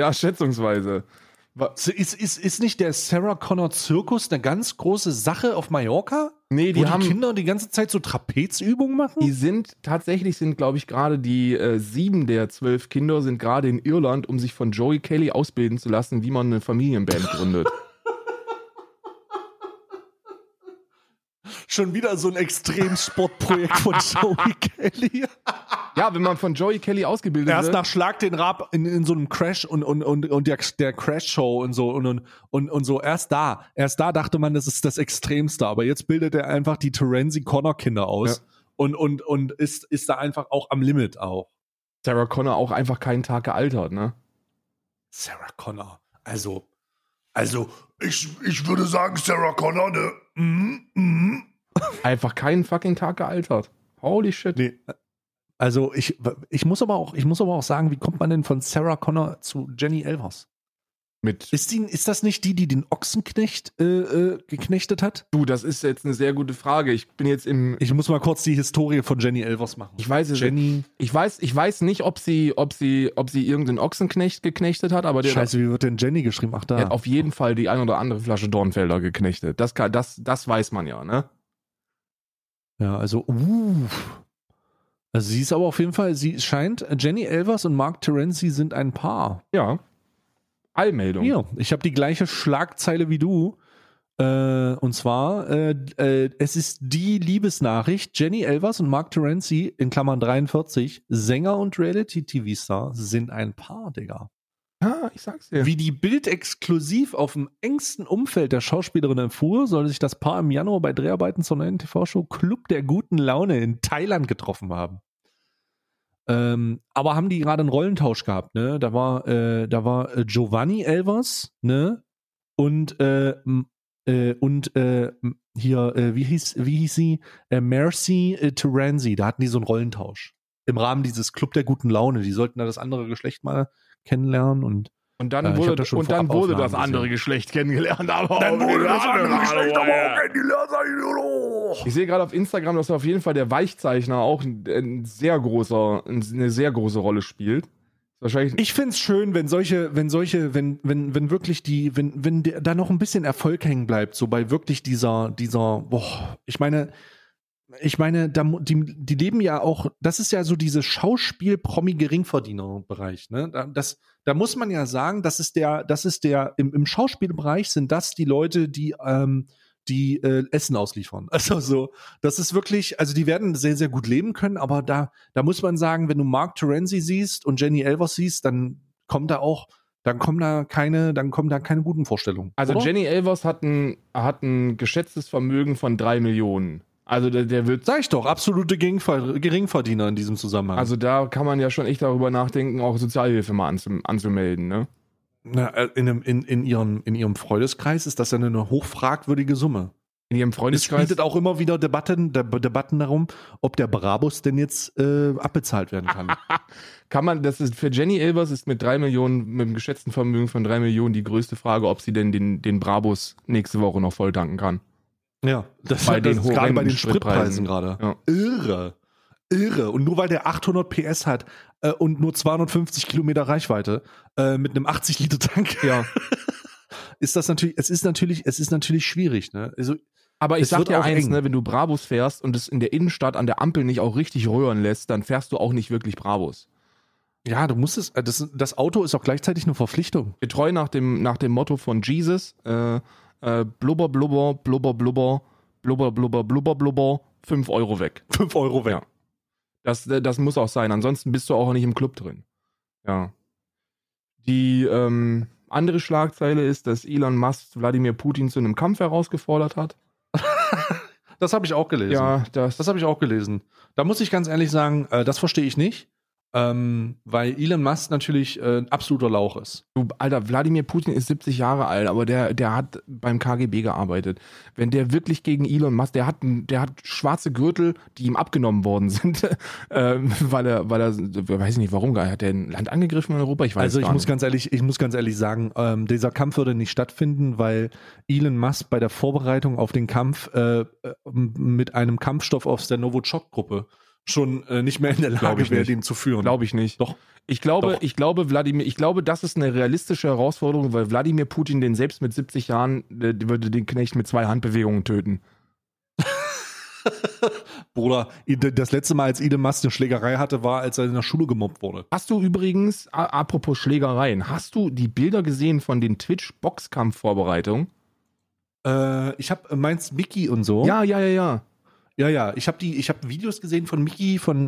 Ist nicht der Sarah Connor Zirkus eine ganz große Sache auf Mallorca? Nee, die Kinder die ganze Zeit so Trapezübungen machen? Die sind, glaube ich, gerade die 7 der 12 Kinder sind gerade in Irland, um sich von Joey Kelly ausbilden zu lassen, wie man eine Familienband gründet. Schon wieder so ein Extremsportprojekt von Joey Kelly. Ja, wenn man von Joey Kelly ausgebildet wird. Erst nach Schlag den Rab in so einem Crash und der Crash-Show und so. Erst da dachte man, das ist das Extremste. Aber jetzt bildet er einfach die Terenzi-Connor-Kinder aus. Ja. Und ist da einfach auch am Limit auch. Sarah Connor auch einfach keinen Tag gealtert, ne? Sarah Connor. Also, ich würde sagen, Sarah Connor, ne? Einfach keinen fucking Tag gealtert. Holy shit. Nee. Also ich muss aber auch sagen, wie kommt man denn von Sarah Connor zu Jenny Elvers? Ist das nicht die den Ochsenknecht geknechtet hat? Du, das ist jetzt eine sehr gute Frage. Ich muss mal kurz die Historie von Jenny Elvers machen. Ich weiß es. Ich weiß nicht, ob sie irgendeinen Ochsenknecht geknechtet hat, aber Scheiße, wie wird denn Jenny geschrieben? Ach, da. Der hat auf jeden Fall die ein oder andere Flasche Dornfelder geknechtet. Das weiß man ja, ne? Ja, also sie ist aber auf jeden Fall, sie scheint, Jenny Elvers und Mark Terenzi sind ein Paar. Ja. Allmeldung. Ja, ich habe die gleiche Schlagzeile wie du. Und zwar, es ist die Liebesnachricht. Jenny Elvers und Mark Terenzi, in Klammern 43, Sänger und Reality-TV-Star, sind ein Paar, Digga. Ja, ich sag's dir. Wie die Bild exklusiv auf dem engsten Umfeld der Schauspielerin erfuhr, soll sich das Paar im Januar bei Dreharbeiten zur neuen TV-Show Club der guten Laune in Thailand getroffen haben. Aber haben die gerade einen Rollentausch gehabt, ne? Da war Giovanni Elvers, ne? Und hier, wie hieß sie? Mercy Terenzi. Da hatten die so einen Rollentausch. Im Rahmen dieses Club der guten Laune. Die sollten da das andere Geschlecht mal kennenlernen und dann wurde das andere Geschlecht kennengelernt. Aber dann wurde das andere Geschlecht aber auch kennengelernt. Ich sehe gerade auf Instagram, dass auf jeden Fall der Weichzeichner auch eine sehr große Rolle spielt. Wahrscheinlich. Ich find's schön, wenn wirklich wenn da noch ein bisschen Erfolg hängen bleibt, so bei wirklich dieser, ich meine, die leben ja auch, das ist ja so dieses Schauspiel-Promi-Geringverdiener-Bereich, ne? Da muss man ja sagen, im Schauspielbereich sind das die Leute, die Essen ausliefern. Also so, das ist wirklich, also die werden sehr, sehr gut leben können, aber da muss man sagen, wenn du Mark Terenzi siehst und Jenny Elvers siehst, dann kommen da keine guten Vorstellungen. Also oder? Jenny Elvers hat ein geschätztes Vermögen von 3 Millionen. Also der wird. Sag ich doch, absolute Geringverdiener in diesem Zusammenhang. Also da kann man ja schon echt darüber nachdenken, auch Sozialhilfe mal anzumelden, ne? Na, in ihrem Freundeskreis ist das ja eine hochfragwürdige Summe. In ihrem Freundeskreis. Es bietet auch immer wieder Debatten darum, ob der Brabus denn jetzt abbezahlt werden kann. Für Jenny Elvers ist mit 3 Millionen, mit einem geschätzten Vermögen von 3 Millionen die größte Frage, ob sie denn den Brabus nächste Woche noch voll tanken kann. Ja, das ist gerade bei den Spritpreisen gerade. Ja. Irre. Und nur weil der 800 PS hat und nur 250 Kilometer Reichweite mit einem 80-Liter-Tank, ja. ist natürlich schwierig, ne? Also, aber ich sag dir eins, ne, wenn du Brabus fährst und es in der Innenstadt an der Ampel nicht auch richtig röhren lässt, dann fährst du auch nicht wirklich Brabus. Ja, du musst es, das Auto ist auch gleichzeitig eine Verpflichtung. Getreu nach dem Motto von Jesus, blubber, blubber, blubber, blubber, blubber, blubber, blubber, blubber, 5 Euro weg. 5 Euro weg. Ja. Das muss auch sein, ansonsten bist du auch nicht im Club drin. Ja. Die andere Schlagzeile ist, dass Elon Musk Wladimir Putin zu einem Kampf herausgefordert hat. Das habe ich auch gelesen. Ja, das habe ich auch gelesen. Da muss ich ganz ehrlich sagen, das verstehe ich nicht. Weil Elon Musk natürlich ein absoluter Lauch ist. Du, Alter, Wladimir Putin ist 70 Jahre alt, aber der hat beim KGB gearbeitet. Wenn der wirklich gegen Elon Musk, der hat schwarze Gürtel, die ihm abgenommen worden sind, weil er, weiß ich nicht warum, hat der ein Land angegriffen in Europa? Ich weiß also gar nicht. Ich muss ganz ehrlich sagen, dieser Kampf würde nicht stattfinden, weil Elon Musk bei der Vorbereitung auf den Kampf mit einem Kampfstoff aus der Novichok-Gruppe schon nicht mehr in der Lage wäre, den zu führen. Glaube ich nicht. Doch. Ich glaube, das ist eine realistische Herausforderung, weil Wladimir Putin den selbst mit 70 Jahren, würde den Knecht mit 2 Handbewegungen töten. Bruder, das letzte Mal, als Elon Musk eine Schlägerei hatte, war, als er in der Schule gemobbt wurde. Hast du übrigens, apropos Schlägereien, hast du die Bilder gesehen von den Twitch-Boxkampf-Vorbereitungen? Meinst Mickey und so? Ja. Ja, ich habe Videos gesehen von Mickey, von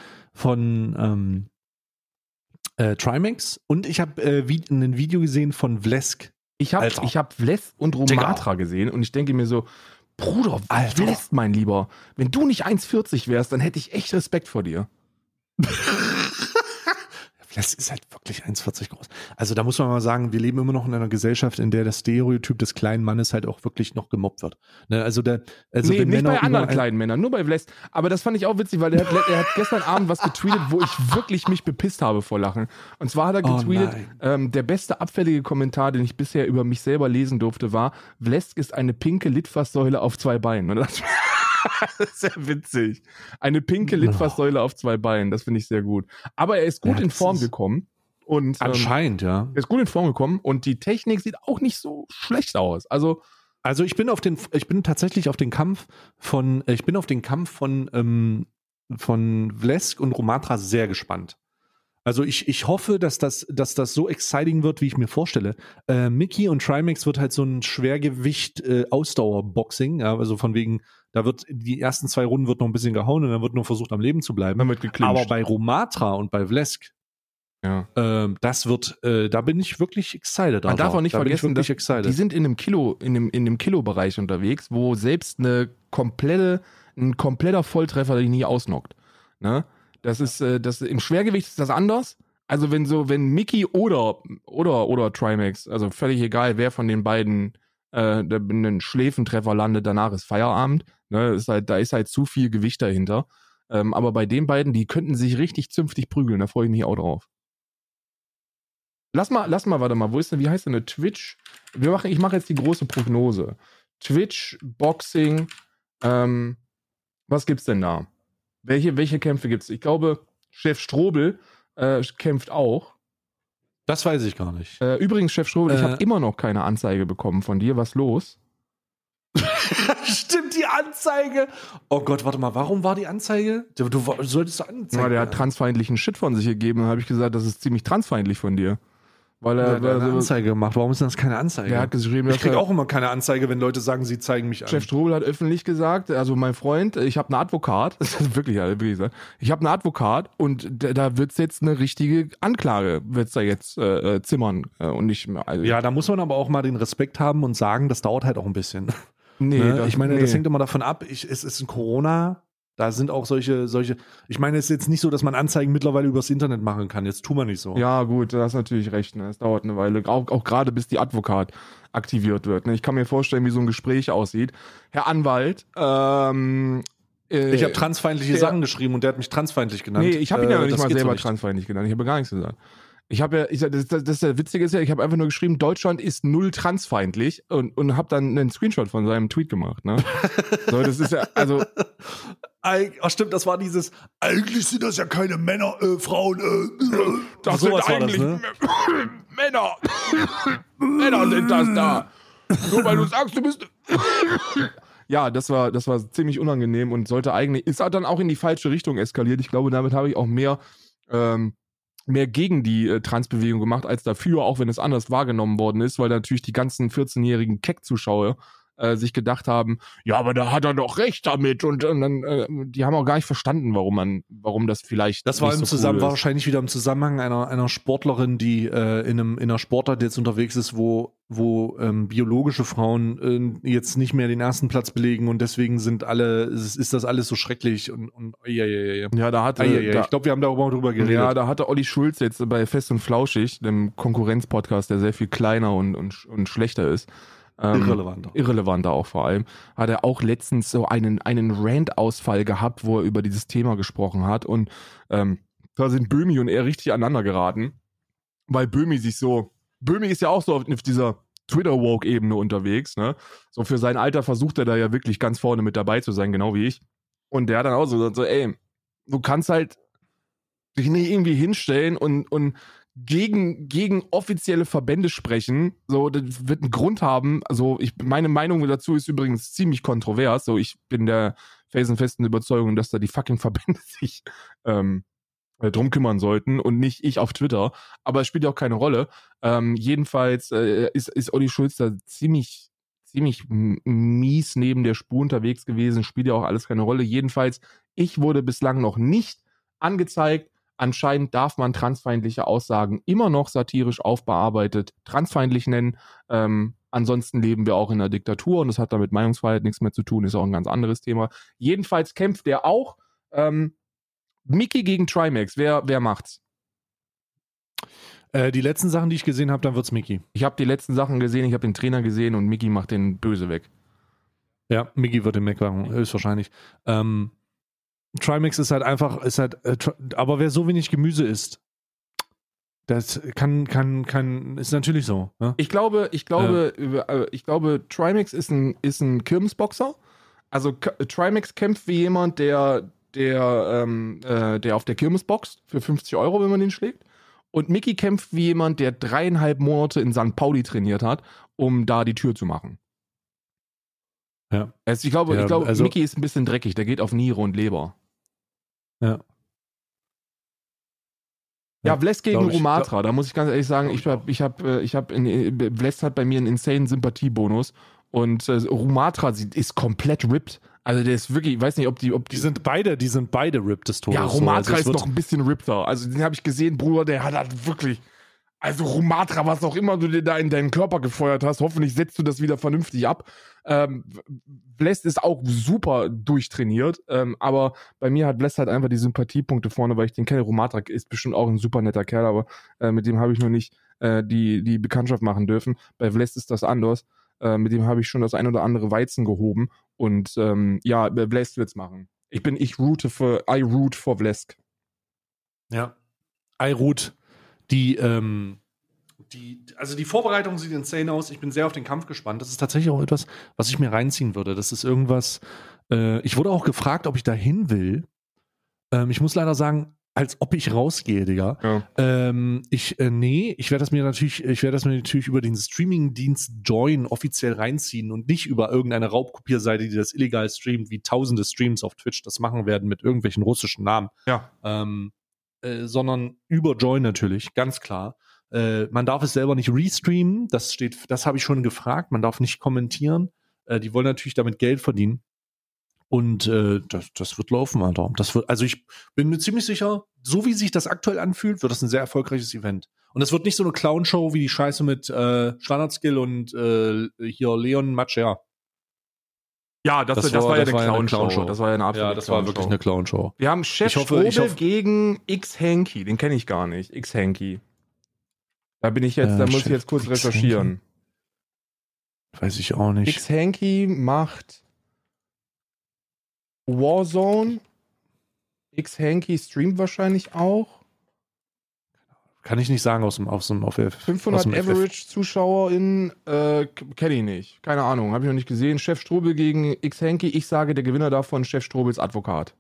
Trimax und ich habe ein Video gesehen von Vlesk. Ich hab Vlesk und Romatra gesehen und ich denke mir so, Bruder, Vlesk, mein Lieber, wenn du nicht 1,40 wärst, dann hätte ich echt Respekt vor dir. Das ist halt wirklich 1,40 groß. Also da muss man mal sagen, wir leben immer noch in einer Gesellschaft, in der das Stereotyp des kleinen Mannes halt auch wirklich noch gemobbt wird. Ne? Also Nee, wenn nicht Männer bei anderen kleinen Männern, nur bei Vlest. Aber das fand ich auch witzig, weil er hat gestern Abend was getweetet, wo ich wirklich mich bepisst habe vor Lachen. Und zwar hat er getweetet, der beste abfällige Kommentar, den ich bisher über mich selber lesen durfte, war: Vlest ist eine pinke Litfaßsäule auf 2 Beinen. Und das ist sehr witzig. Eine pinke Litfaßsäule auf 2 Beinen, das finde ich sehr gut. Aber er ist gut in Form gekommen. Und, anscheinend, ja. Er ist gut in Form gekommen und die Technik sieht auch nicht so schlecht aus. Also ich bin tatsächlich auf den Kampf von Vlesk und Romatra sehr gespannt. Also ich hoffe, dass das so exciting wird, wie ich mir vorstelle. Mickey und Trimax wird halt so ein Schwergewicht Ausdauerboxing, ja, also von wegen, da wird die ersten 2 Runden wird noch ein bisschen gehauen und dann wird nur versucht, am Leben zu bleiben. Aber bei Romatra und bei Vlesk, das wird, da bin ich wirklich excited. Man darf auch nicht vergessen, dass die sind in einem Kilo-Bereich unterwegs, wo selbst ein kompletter Volltreffer die nie ausnockt. Ne? Das ist, im Schwergewicht ist das anders. Also wenn Mickey oder Trimax, also völlig egal, wer von den beiden einen Schläfentreffer landet, danach ist Feierabend. Ne? Da ist halt zu viel Gewicht dahinter. Aber bei den beiden, die könnten sich richtig zünftig prügeln, da freue ich mich auch drauf. Lass mal, warte mal, wie heißt denn eine Twitch? Ich mache jetzt die große Prognose. Twitch, Boxing, was gibt's denn da? Welche Kämpfe gibt's? Ich glaube, Chef Strobel kämpft auch. Das weiß ich gar nicht. Übrigens, Chef Strobel, ich habe immer noch keine Anzeige bekommen von dir. Was los? Stimmt, die Anzeige. Oh Gott, warte mal, warum war die Anzeige? Du solltest Anzeige. Ja, der hat transfeindlichen Shit von sich gegeben. Dann habe ich gesagt, das ist ziemlich transfeindlich von dir. Weil er hat eine Anzeige gemacht. Warum ist das keine Anzeige? Der hat geschrieben, ich kriege auch immer keine Anzeige, wenn Leute sagen, sie zeigen mich an. Chef Strobel hat öffentlich gesagt, also mein Freund, ich habe einen Advokat, das ist wirklich so, ich habe einen Advokat und da wird's jetzt eine richtige Anklage, wird's da jetzt zimmern und nicht mehr. Also ja, da muss man aber auch mal den Respekt haben und sagen, das dauert halt auch ein bisschen. Nee, ne? Das hängt immer davon ab, es ist ein Corona. Da sind auch solche, ich meine, es ist jetzt nicht so, dass man Anzeigen mittlerweile übers Internet machen kann. Jetzt tun wir nicht so. Ja, gut, da hast natürlich recht. Ne? Es dauert eine Weile, auch gerade bis die Advokat aktiviert wird. Ne? Ich kann mir vorstellen, wie so ein Gespräch aussieht. Herr Anwalt, ich habe transfeindliche Sachen geschrieben und der hat mich transfeindlich genannt. Nee, ich habe ihn ja nicht mal selber transfeindlich genannt. Ich habe gar nichts gesagt. Das Witzige ist ja, ich habe einfach nur geschrieben, Deutschland ist null transfeindlich und habe dann einen Screenshot von seinem Tweet gemacht. Ne? So, das ist ja, also. Ach stimmt, das war dieses, eigentlich sind das ja keine Männer, Frauen, das sind eigentlich das, ne? Männer. Männer sind das da. Nur weil du sagst, du bist. Ja, das war ziemlich unangenehm und ist dann auch in die falsche Richtung eskaliert. Ich glaube, damit habe ich auch mehr gegen die Transbewegung gemacht als dafür, auch wenn es anders wahrgenommen worden ist, weil natürlich die ganzen 14-jährigen Keck-Zuschauer sich gedacht haben, ja, aber da hat er doch recht damit und dann, die haben auch gar nicht verstanden, warum das vielleicht das war wahrscheinlich wieder im Zusammenhang einer Sportlerin, die in einer Sportart jetzt unterwegs ist, wo biologische Frauen jetzt nicht mehr den ersten Platz belegen und deswegen ist das alles so schrecklich und ja, da hatte ich glaube, wir haben darüber geredet. Ja, da hatte Olli Schulz jetzt bei Fest und Flauschig, dem Konkurrenzpodcast, der sehr viel kleiner und schlechter ist, irrelevanter auch vor allem, hat er auch letztens so einen Rant-Ausfall gehabt, wo er über dieses Thema gesprochen hat und da sind Böhmi und er richtig aneinander geraten, weil Böhmi ist ja auch so auf dieser Twitter-Woke-Ebene unterwegs, ne? So für sein Alter versucht er da ja wirklich ganz vorne mit dabei zu sein, genau wie ich. Und der hat dann auch so, ey, du kannst halt dich nicht irgendwie hinstellen und gegen offizielle Verbände sprechen, so, das wird einen Grund haben, also meine Meinung dazu ist übrigens ziemlich kontrovers, so, ich bin der felsenfesten Überzeugung, dass da die fucking Verbände sich drum kümmern sollten und nicht ich auf Twitter, aber es spielt ja auch keine Rolle. Jedenfalls ist Olli Schulz da ziemlich mies neben der Spur unterwegs gewesen, spielt ja auch alles keine Rolle. Jedenfalls, ich wurde bislang noch nicht angezeigt. Anscheinend darf man transfeindliche Aussagen immer noch satirisch aufbearbeitet transfeindlich nennen. Ansonsten leben wir auch in einer Diktatur und das hat damit Meinungsfreiheit nichts mehr zu tun, ist auch ein ganz anderes Thema. Jedenfalls kämpft er auch. Mickey gegen Trimax, wer macht's? Die letzten Sachen, die ich gesehen habe, dann wird's Mickey. Ich habe die letzten Sachen gesehen, ich habe den Trainer gesehen und Mickey macht den böse weg. Ja, Mickey wird den wegmachen, höchstwahrscheinlich. Trimax ist halt einfach, aber wer so wenig Gemüse isst, das ist natürlich so. Ne? Ich glaube, Trimax ist ein Kirmesboxer. Also Trimax kämpft wie jemand, der auf der Kirmes boxt für 50 €, wenn man den schlägt. Und Mickey kämpft wie jemand, der 3,5 Monate in St. Pauli trainiert hat, um da die Tür zu machen. Ja. Also ich glaube, also, Mickey ist ein bisschen dreckig, der geht auf Niere und Leber. Ja. Ja, Vlest gegen Rumatra, da muss ich ganz ehrlich sagen, Vlest hat bei mir einen insane Sympathiebonus und Rumatra ist komplett ripped. Also der ist wirklich, ich weiß nicht, ob die sind beide ripped des Todes. Ja, Rumatra ist noch ein bisschen rippter. Also den habe ich gesehen, Bruder, der hat halt wirklich, also Rumatra, was auch immer du dir da in deinen Körper gefeuert hast, hoffentlich setzt du das wieder vernünftig ab. Vlest ist auch super durchtrainiert, aber bei mir hat Vlest halt einfach die Sympathiepunkte vorne, weil ich den kenne. Rumatra ist bestimmt auch ein super netter Kerl, aber mit dem habe ich noch nicht die Bekanntschaft machen dürfen. Bei Vlest ist das anders. Mit dem habe ich schon das ein oder andere Weizen gehoben und Vlest wird's machen. I root for Vlest. Ja. I root. Die Vorbereitung sieht insane aus. Ich bin sehr auf den Kampf gespannt. Das ist tatsächlich auch etwas, was ich mir reinziehen würde. Das ist irgendwas, ich wurde auch gefragt, ob ich da hin will. Ich muss leider sagen, als ob ich rausgehe, Digga. Ja. Ich werde das mir natürlich über den Streaming-Dienst Join offiziell reinziehen und nicht über irgendeine Raubkopierseite, die das illegal streamt, wie tausende Streams auf Twitch das machen werden mit irgendwelchen russischen Namen. Ja. Sondern über Join natürlich, ganz klar. Man darf es selber nicht restreamen, das habe ich schon gefragt, man darf nicht kommentieren. Die wollen natürlich damit Geld verdienen. Und das wird laufen, Alter. Also ich bin mir ziemlich sicher, so wie sich das aktuell anfühlt, wird das ein sehr erfolgreiches Event. Und es wird nicht so eine Clown-Show wie die Scheiße mit Standard-Skill und hier Leon Matcher. Ja, das war ja eine Clown-Show. Das war ja eine absolute Ja, das war wirklich eine Clown-Show. Wir haben Chef Strobel gegen X-Hanky. Den kenne ich gar nicht. X-Hanky. Da muss ich jetzt kurz recherchieren. Weiß ich auch nicht. X-Hanky macht Warzone. X-Hanky streamt wahrscheinlich auch. Kann ich nicht sagen aus dem 500 Average-ZuschauerInnen kenne ich nicht. Keine Ahnung, habe ich noch nicht gesehen. Chef Strobel gegen X-Hanky. Ich sage, der Gewinner davon, Chef Strobels Advokat.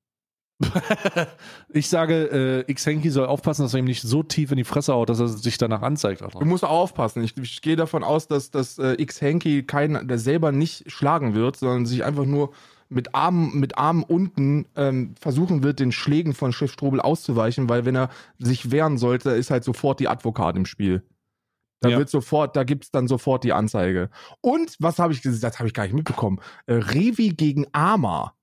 Ich sage, X-Hanky soll aufpassen, dass er ihm nicht so tief in die Fresse haut, dass er sich danach anzeigt. Alter. Du musst auch aufpassen. Ich gehe davon aus, dass X-Hanky der selber nicht schlagen wird, sondern sich einfach nur mit Armen unten versuchen wird, den Schlägen von Chef Strobel auszuweichen, weil wenn er sich wehren sollte, ist halt sofort die Advokat im Spiel. Da gibt's dann sofort die Anzeige. Und, was habe ich gesagt? Das habe ich gar nicht mitbekommen. Revi gegen Ama.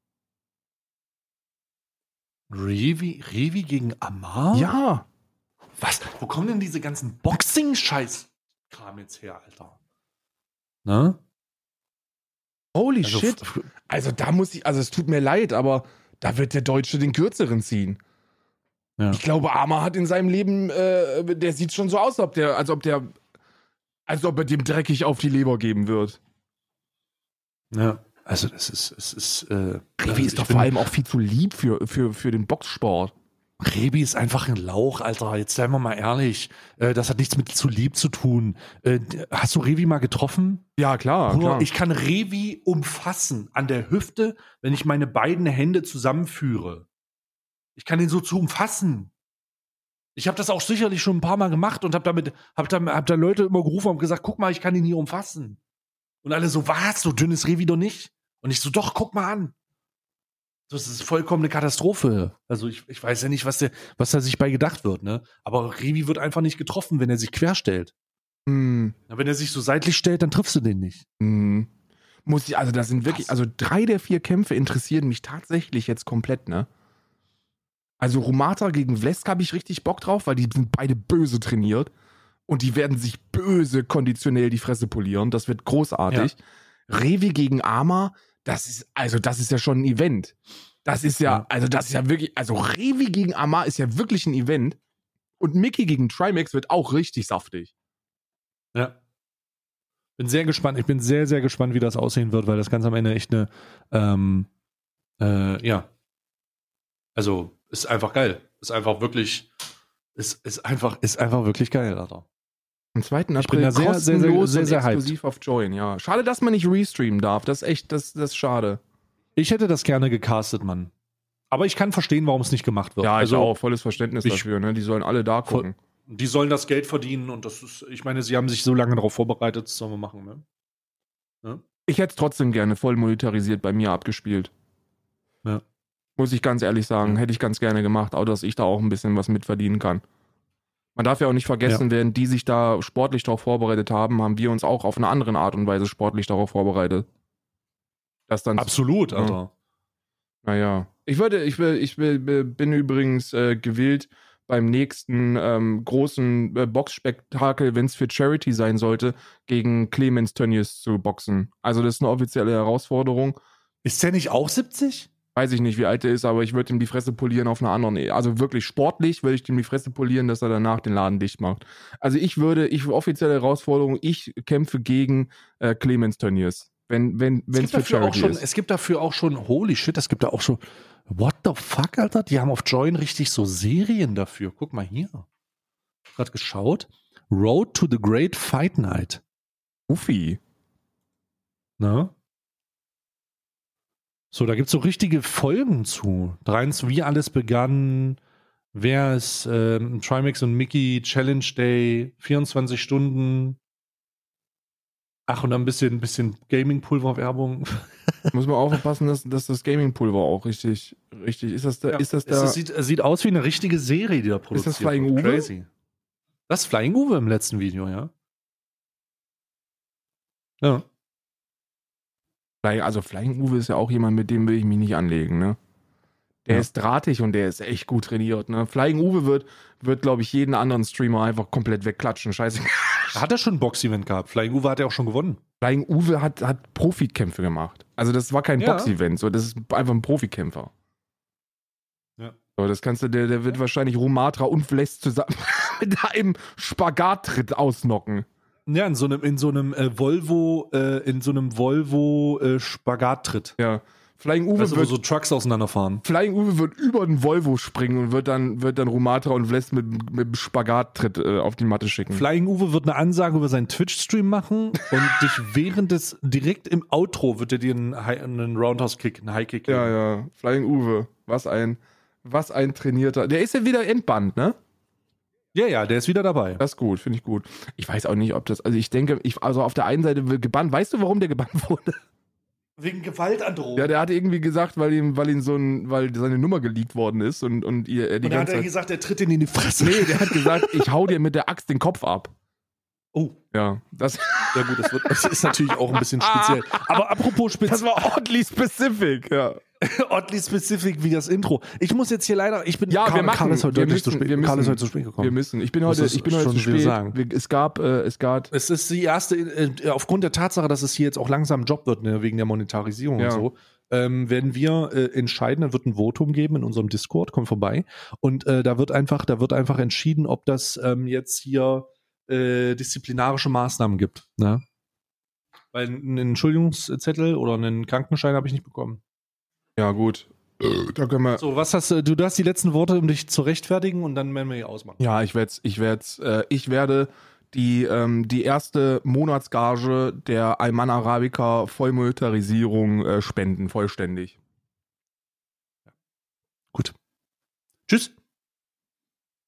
Revi gegen Amar? Ja. Was? Wo kommen denn diese ganzen Boxing-Scheiß-Kram jetzt her, Alter? Ne? Holy shit. Also es tut mir leid, aber da wird der Deutsche den Kürzeren ziehen. Ja. Ich glaube, Amar hat in seinem Leben, der sieht schon so aus, als ob er dem dreckig auf die Leber geben wird. Ja. Also Revi ist doch vor allem auch viel zu lieb für den Boxsport. Revi ist einfach ein Lauch, Alter. Jetzt seien wir mal ehrlich. Das hat nichts mit zu lieb zu tun. Hast du Revi mal getroffen? Ja, klar, Bruder, klar. Ich kann Revi umfassen an der Hüfte, wenn ich meine beiden Hände zusammenführe. Ich kann ihn so zu umfassen. Ich habe das auch sicherlich schon ein paar Mal gemacht und hab da Leute immer gerufen und gesagt, guck mal, ich kann ihn hier umfassen. Und alle so, was? So dünn ist Revi doch nicht. Und ich so, doch, guck mal an. Das ist vollkommen eine Katastrophe. Also ich weiß ja nicht, was da sich bei gedacht wird, ne? Aber Revi wird einfach nicht getroffen, wenn er sich querstellt. Wenn er sich so seitlich stellt, dann triffst du den nicht. Das sind wirklich, also 3 der 4 Kämpfe interessieren mich tatsächlich jetzt komplett, ne? Also Rumatra gegen Vlest habe ich richtig Bock drauf, weil die sind beide böse trainiert. Und die werden sich böse konditionell die Fresse polieren. Das wird großartig. Ja. Revi gegen Ama, das ist ja schon ein Event. Das ist ja wirklich, also Revi gegen Ama ist ja wirklich ein Event. Und Mickey gegen Trimax wird auch richtig saftig. Ja. Bin sehr gespannt. Ich bin sehr, sehr gespannt, wie das aussehen wird, weil das ganz am Ende echt eine, also ist einfach geil. Ist einfach wirklich wirklich geil, Alter. Am 2. Ich bin April da sehr, sehr, sehr, kostenlos sehr, und sehr exklusiv auf Join, ja. Schade, dass man nicht restreamen darf. Das ist echt, das ist schade. Ich hätte das gerne gecastet, Mann. Aber ich kann verstehen, warum es nicht gemacht wird. Ja, also ich auch. Volles Verständnis dafür, ne? Die sollen alle da gucken. Die sollen das Geld verdienen und das ist, ich meine, sie haben sich so lange darauf vorbereitet, das sollen wir machen, ne? Ja? Ich hätte es trotzdem gerne voll monetarisiert bei mir abgespielt. Ja. Muss ich ganz ehrlich sagen, hätte ich ganz gerne gemacht, auch dass ich da auch ein bisschen was mitverdienen kann. Man darf ja auch nicht vergessen, während die sich da sportlich darauf vorbereitet haben, haben wir uns auch auf eine andere Art und Weise sportlich darauf vorbereitet. Das dann Absolut, Alter. Naja. Ich bin übrigens gewillt, beim nächsten großen Boxspektakel, wenn es für Charity sein sollte, gegen Clemens Tönnies zu boxen. Also das ist eine offizielle Herausforderung. Ist der nicht auch 70? Weiß ich nicht, wie alt er ist, aber ich würde ihm die Fresse polieren auf einer anderen. Also wirklich sportlich würde ich ihm die Fresse polieren, dass er danach den Laden dicht macht. Also offizielle Herausforderung, ich kämpfe gegen Clemens Tönnies. Wenn es für Charity ist. Es gibt dafür auch schon, holy shit, es gibt da auch schon, what the fuck, Alter? Die haben auf Join richtig so Serien dafür. Guck mal hier. Ich hab gerade geschaut. Road to the Great Fight Night. Uffi. Ne? So, da gibt es so richtige Folgen zu. Wie alles begann, wer ist Trimax und Mickey, Challenge Day, 24 Stunden. Ach, und dann ein bisschen Gaming-Pulver-Werbung. Muss man auch aufpassen, dass das Gaming-Pulver auch richtig ist. Es sieht aus wie eine richtige Serie, die da produziert wird. Ist das Flying Uwe? Crazy. Das ist Flying Uwe im letzten Video, ja. Ja. Also Flying Uwe ist ja auch jemand, mit dem will ich mich nicht anlegen, ne? Der ist drahtig und der ist echt gut trainiert, ne? Flying Uwe wird glaube ich, jeden anderen Streamer einfach komplett wegklatschen. Scheiße. Hat er schon ein Box-Event gehabt? Flying Uwe hat ja auch schon gewonnen. Flying Uwe hat Profikämpfe gemacht. Also das war kein Box-Event, so, das ist einfach ein Profikämpfer. Ja. So, das kannst du, der wird wahrscheinlich Rumatra und Vles zusammen mit einem Spagattritt ausnocken. Ja, in so einem Volvo Spagattritt. Ja. Flying Uwe wird so Trucks auseinanderfahren. Flying Uwe wird über den Volvo springen und wird dann Rumatra und Vles mit dem Spagattritt auf die Matte schicken. Flying Uwe wird eine Ansage über seinen Twitch-Stream machen und dich direkt im Outro wird er dir einen Roundhouse-Kick, einen High-Kick geben. Ja. Flying Uwe. Was ein trainierter. Der ist ja wieder entbannt, ne? Ja, der ist wieder dabei. Das ist gut, finde ich gut. Ich weiß auch nicht, ob das, also ich denke, also auf der einen Seite gebannt, weißt du, warum der gebannt wurde? Wegen Gewaltandrohung. Ja, der hat irgendwie gesagt, weil seine Nummer geleakt worden ist und dann hat er gesagt, er tritt ihn in die Fresse. Nee, der hat gesagt, ich hau dir mit der Axt den Kopf ab. Oh. Ja, ja gut, das ist natürlich auch ein bisschen speziell. Aber apropos speziell. Das war oddly specific, ja. Oddly specific wie das Intro. Ich muss jetzt hier leider, Karl ist heute zu spät gekommen. Wir müssen. Ich bin heute zu spät. Es ist die erste, aufgrund der Tatsache, dass es hier jetzt auch langsam ein Job wird, ne, wegen der Monetarisierung und so, werden wir entscheiden, dann wird ein Votum geben in unserem Discord, kommt vorbei. Und da wird einfach entschieden, ob das jetzt hier disziplinarische Maßnahmen gibt. Ne? Weil einen Entschuldigungszettel oder einen Krankenschein habe ich nicht bekommen. Ja, gut. Da können wir. So, was hast du? Du hast die letzten Worte, um dich zu rechtfertigen und dann werden wir hier ausmachen. Ja, ich werde die erste Monatsgage der Alman Arabica Vollmonetarisierung spenden, vollständig. Gut. Tschüss.